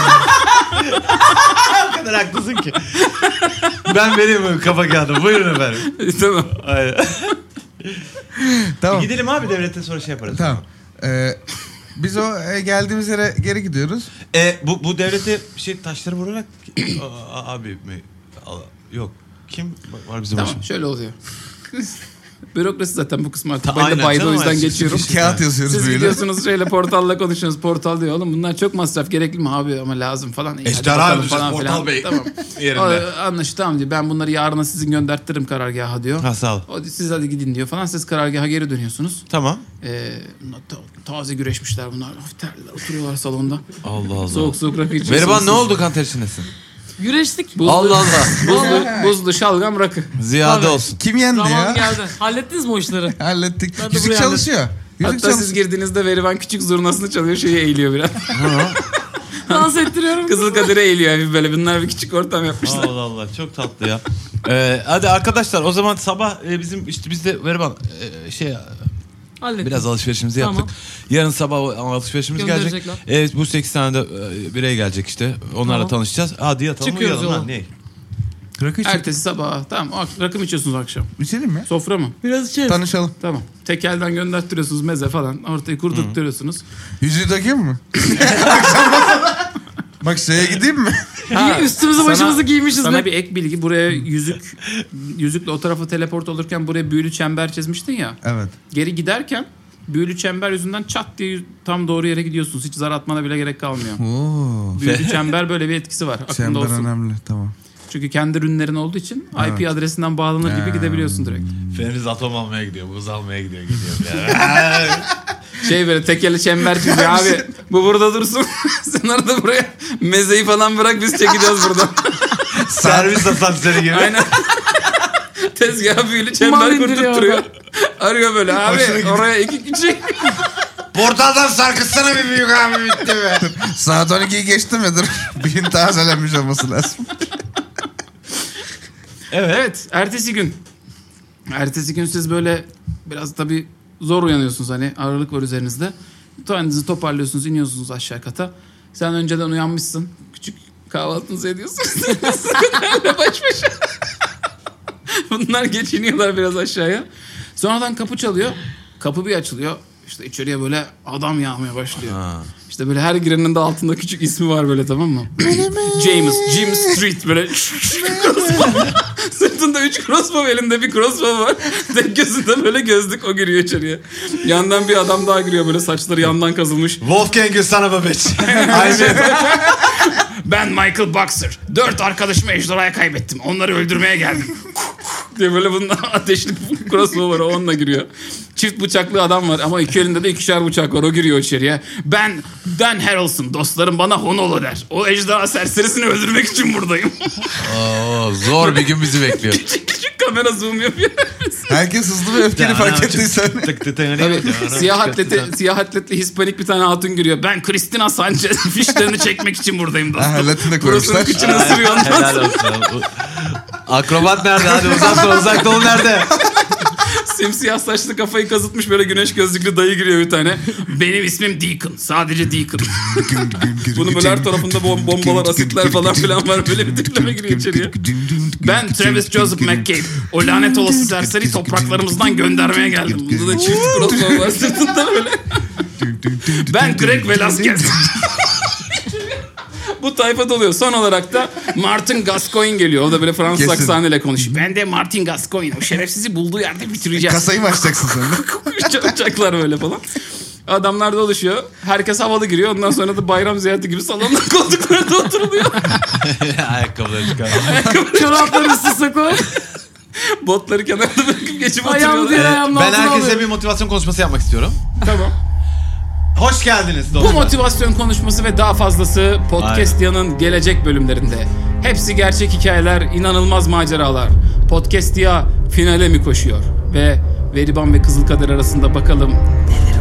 O kadar haklısın ki. Ben vereyim kafa kağıdı. Buyurun efendim. Tamam. Aynen. Tamam. Gidelim abi devlete sonra şey yaparız. Tamam. Ee, biz o e, geldiğimiz yere geri gidiyoruz. E, bu, bu devlete şey taşları vurarak A- abi mi? A- Yok. Kim var bizim Tamam başımızda? şöyle oluyor. Bürokrasi zaten bu kısmı artık. Ta- Ben de aynen bayda o canım, yüzden aynen. geçiyorum. Siz- Kağıt yazıyoruz Siz böyle. gidiyorsunuz şeyle portalla konuşuyorsunuz. Portal diyor oğlum bunlar çok masraf gerekli mi abi ama lazım falan. İyi, hadi Ejderha bakalım öldüreceğiz falan Portal filan. Bey. Tamam. Yerinde. O, anlaşıldı tamam diyor. Ben bunları yarına sizin göndertirim karargaha diyor. Ha sağ ol. O, siz hadi gidin diyor falan. Siz karargaha geri dönüyorsunuz. Tamam. Ee, ta- taze güreşmişler bunlar. Hafif terliler oturuyorlar salonda. Allah Allah. Soğuk soğuk rakı içiyorsunuz. Veriban ne oldu kanter içindesin? Güreştik. Buzlu, Allah Allah. Buzlu, buzlu şalgam rakı. Ziyade Tabii. olsun. Kim yendi Tamam ya? geldi. Hallettiniz mi o işleri? Hallettik. Ben de Yüzük buraya çalışıyor. Yüzük Hatta çalışıyor. siz girdiğinizde Veriban küçük zurnasını çalıyor şeyi eğiliyor biraz. Dans ettiriyorum. Kızıl Kadir'e eğiliyor hafif böyle. Bunlar bir küçük ortam yapmışlar. Allah Allah çok tatlı ya. Ee, hadi arkadaşlar o zaman sabah e, bizim işte biz de Veriban e, şey Hallettik. biraz alışverişimizi Tamam. yaptık. Yarın sabah o alışverişimiz gelecek. Gönderecekler. Evet bu sekiz tane de e, birey gelecek işte. Onlarla Tamam. tanışacağız. Hadi yatalım Çıkıyoruz uyuyalım yola. lan. Ne? Rakı için. Ertesi sabah tamam ak- rakı mı içiyorsunuz akşam? İçelim mi? Sofra mı? Biraz içeriz. Tanışalım. Tamam. Tekelden gönderttiriyorsunuz meze falan. Ortayı kurdurtturuyorsunuz. Yüzüğü takayım mı? Bak şeye gideyim mi? Ha, Üstümüzü sana- başımızı giymişiz Sana be. bir ek bilgi. Buraya yüzük yüzükle o tarafa teleport olurken buraya büyülü çember çizmiştin ya. Evet. Geri giderken büyülü çember yüzünden çat diye tam doğru yere gidiyorsunuz. Hiç zar atmana bile gerek kalmıyor. Oo. Büyülü çember böyle bir etkisi var. Aklında Çember olsun. önemli. Tamam. Çünkü kendi ürünlerin olduğu için Evet. I P adresinden bağlanır gibi Ha. gidebiliyorsun direkt. Feniz atom almaya gidiyor. Buz almaya gidiyor. Gidiyor ya. Şey böyle tekeli çember çiziyor abi. Bu burada dursun. Sen arada buraya mezeyi falan bırak biz çekeceğiz buradan. Servis asansörü gibi. Aynen. Tezgah büyülü Mal çember indiriyor kurtutturuyor. Arıyor böyle abi Hoşuna gidiyor. oraya iki küçük. Portaldan sarkıtsana bir büyük abi bitti be. Saat on ikiyi geçti midir? Birin tazelenmiş olması lazım. Evet. Evet ertesi gün. Ertesi gün siz böyle biraz tabii zor uyanıyorsunuz hani ağırlık var üzerinizde. Kendinizi toparlıyorsunuz iniyorsunuz aşağı kata. Sen önceden uyanmışsın. Küçük kahvaltınızı ediyorsunuz. Öyle baş başa. Bunlar geçiniyorlar biraz aşağıya. Sonradan kapı çalıyor. Kapı bir açılıyor. İşte içeriye böyle adam yağmaya başlıyor. Ha. İşte böyle her girenin de altında küçük ismi var böyle tamam mı? James, Jim Street böyle crossbow. Sırtında üç crossbow elinde bir crossbow var. Tek gözünde böyle gözlük o giriyor içeriye. Yandan bir adam daha giriyor böyle saçları yandan kazılmış. Wolfgang you son of a bitch. Aynen. Ben Michael Boxer. Dört arkadaşımı ejderhaya kaybettim. Onları öldürmeye geldim. diye böyle bunun ateşli crossbow var o onunla giriyor. Çift bıçaklı adam var ama iki elinde de ikişer bıçak var o giriyor içeriye. Ben Dan Harrelson dostlarım bana Honolo der. O ejderha serserisini öldürmek için buradayım. Oo, zor bir gün bizi bekliyor. küçük küçük kamera zoom yapıyor. Herkes hızlı ve öfkeli fark ettiysen. Tabii, siyah atletli, siyah atletli Hispanik bir tane hatun giriyor. Ben Christina Sanchez fişlerini çekmek için buradayım dostum. Ha, Latin'de Burasının koymuşlar. kıçını ısırıyor ondan Helal sonra. olsun. Akrobat nerede? Hadi uzak ol, uzak ol nerede? Simsiyah saçlı kafayı kazıtmış böyle güneş gözlüklü dayı giriyor bir tane. Benim ismim Deacon. Sadece Deacon. Bunun böyle her tarafında bom- bombalar, asitler falan filan var. Böyle bir tipleme giriyor içeriye. Ben Travis Joseph McCabe. O lanet olası serseri topraklarımızdan göndermeye geldim. Bunda da çift crossbow var sırtında böyle. Ben Greg Velasquez. Bu tayfa doluyor. Son olarak da Martin Gascoigne geliyor. O da böyle Fransız Kesin. aksanıyla konuşuyor. Ben de Martin Gascoigne. O şerefsizi bulduğu yerde bitireceğiz. Kasayı mı açacaksın sen de? Uçaklar böyle falan. Adamlar da oluşuyor. Herkes havalı giriyor. Ondan sonra da bayram ziyareti gibi salonda koltuklarda oturuluyor. Ayakkabıları çıkar. Çorapları üstüne koy. Botları kenarda bırakıp geçip Ayağımı diğer oturuyorlar. ayağımın Ben altına herkese alıyorum. bir motivasyon konuşması yapmak istiyorum. Tamam. Hoş geldiniz Bu dostlar. motivasyon konuşması ve daha fazlası Podcastiya'nın gelecek bölümlerinde. Hepsi gerçek hikayeler, inanılmaz maceralar. Podcastya finale mi koşuyor? Ve Veriban ve Kızılkader arasında bakalım neler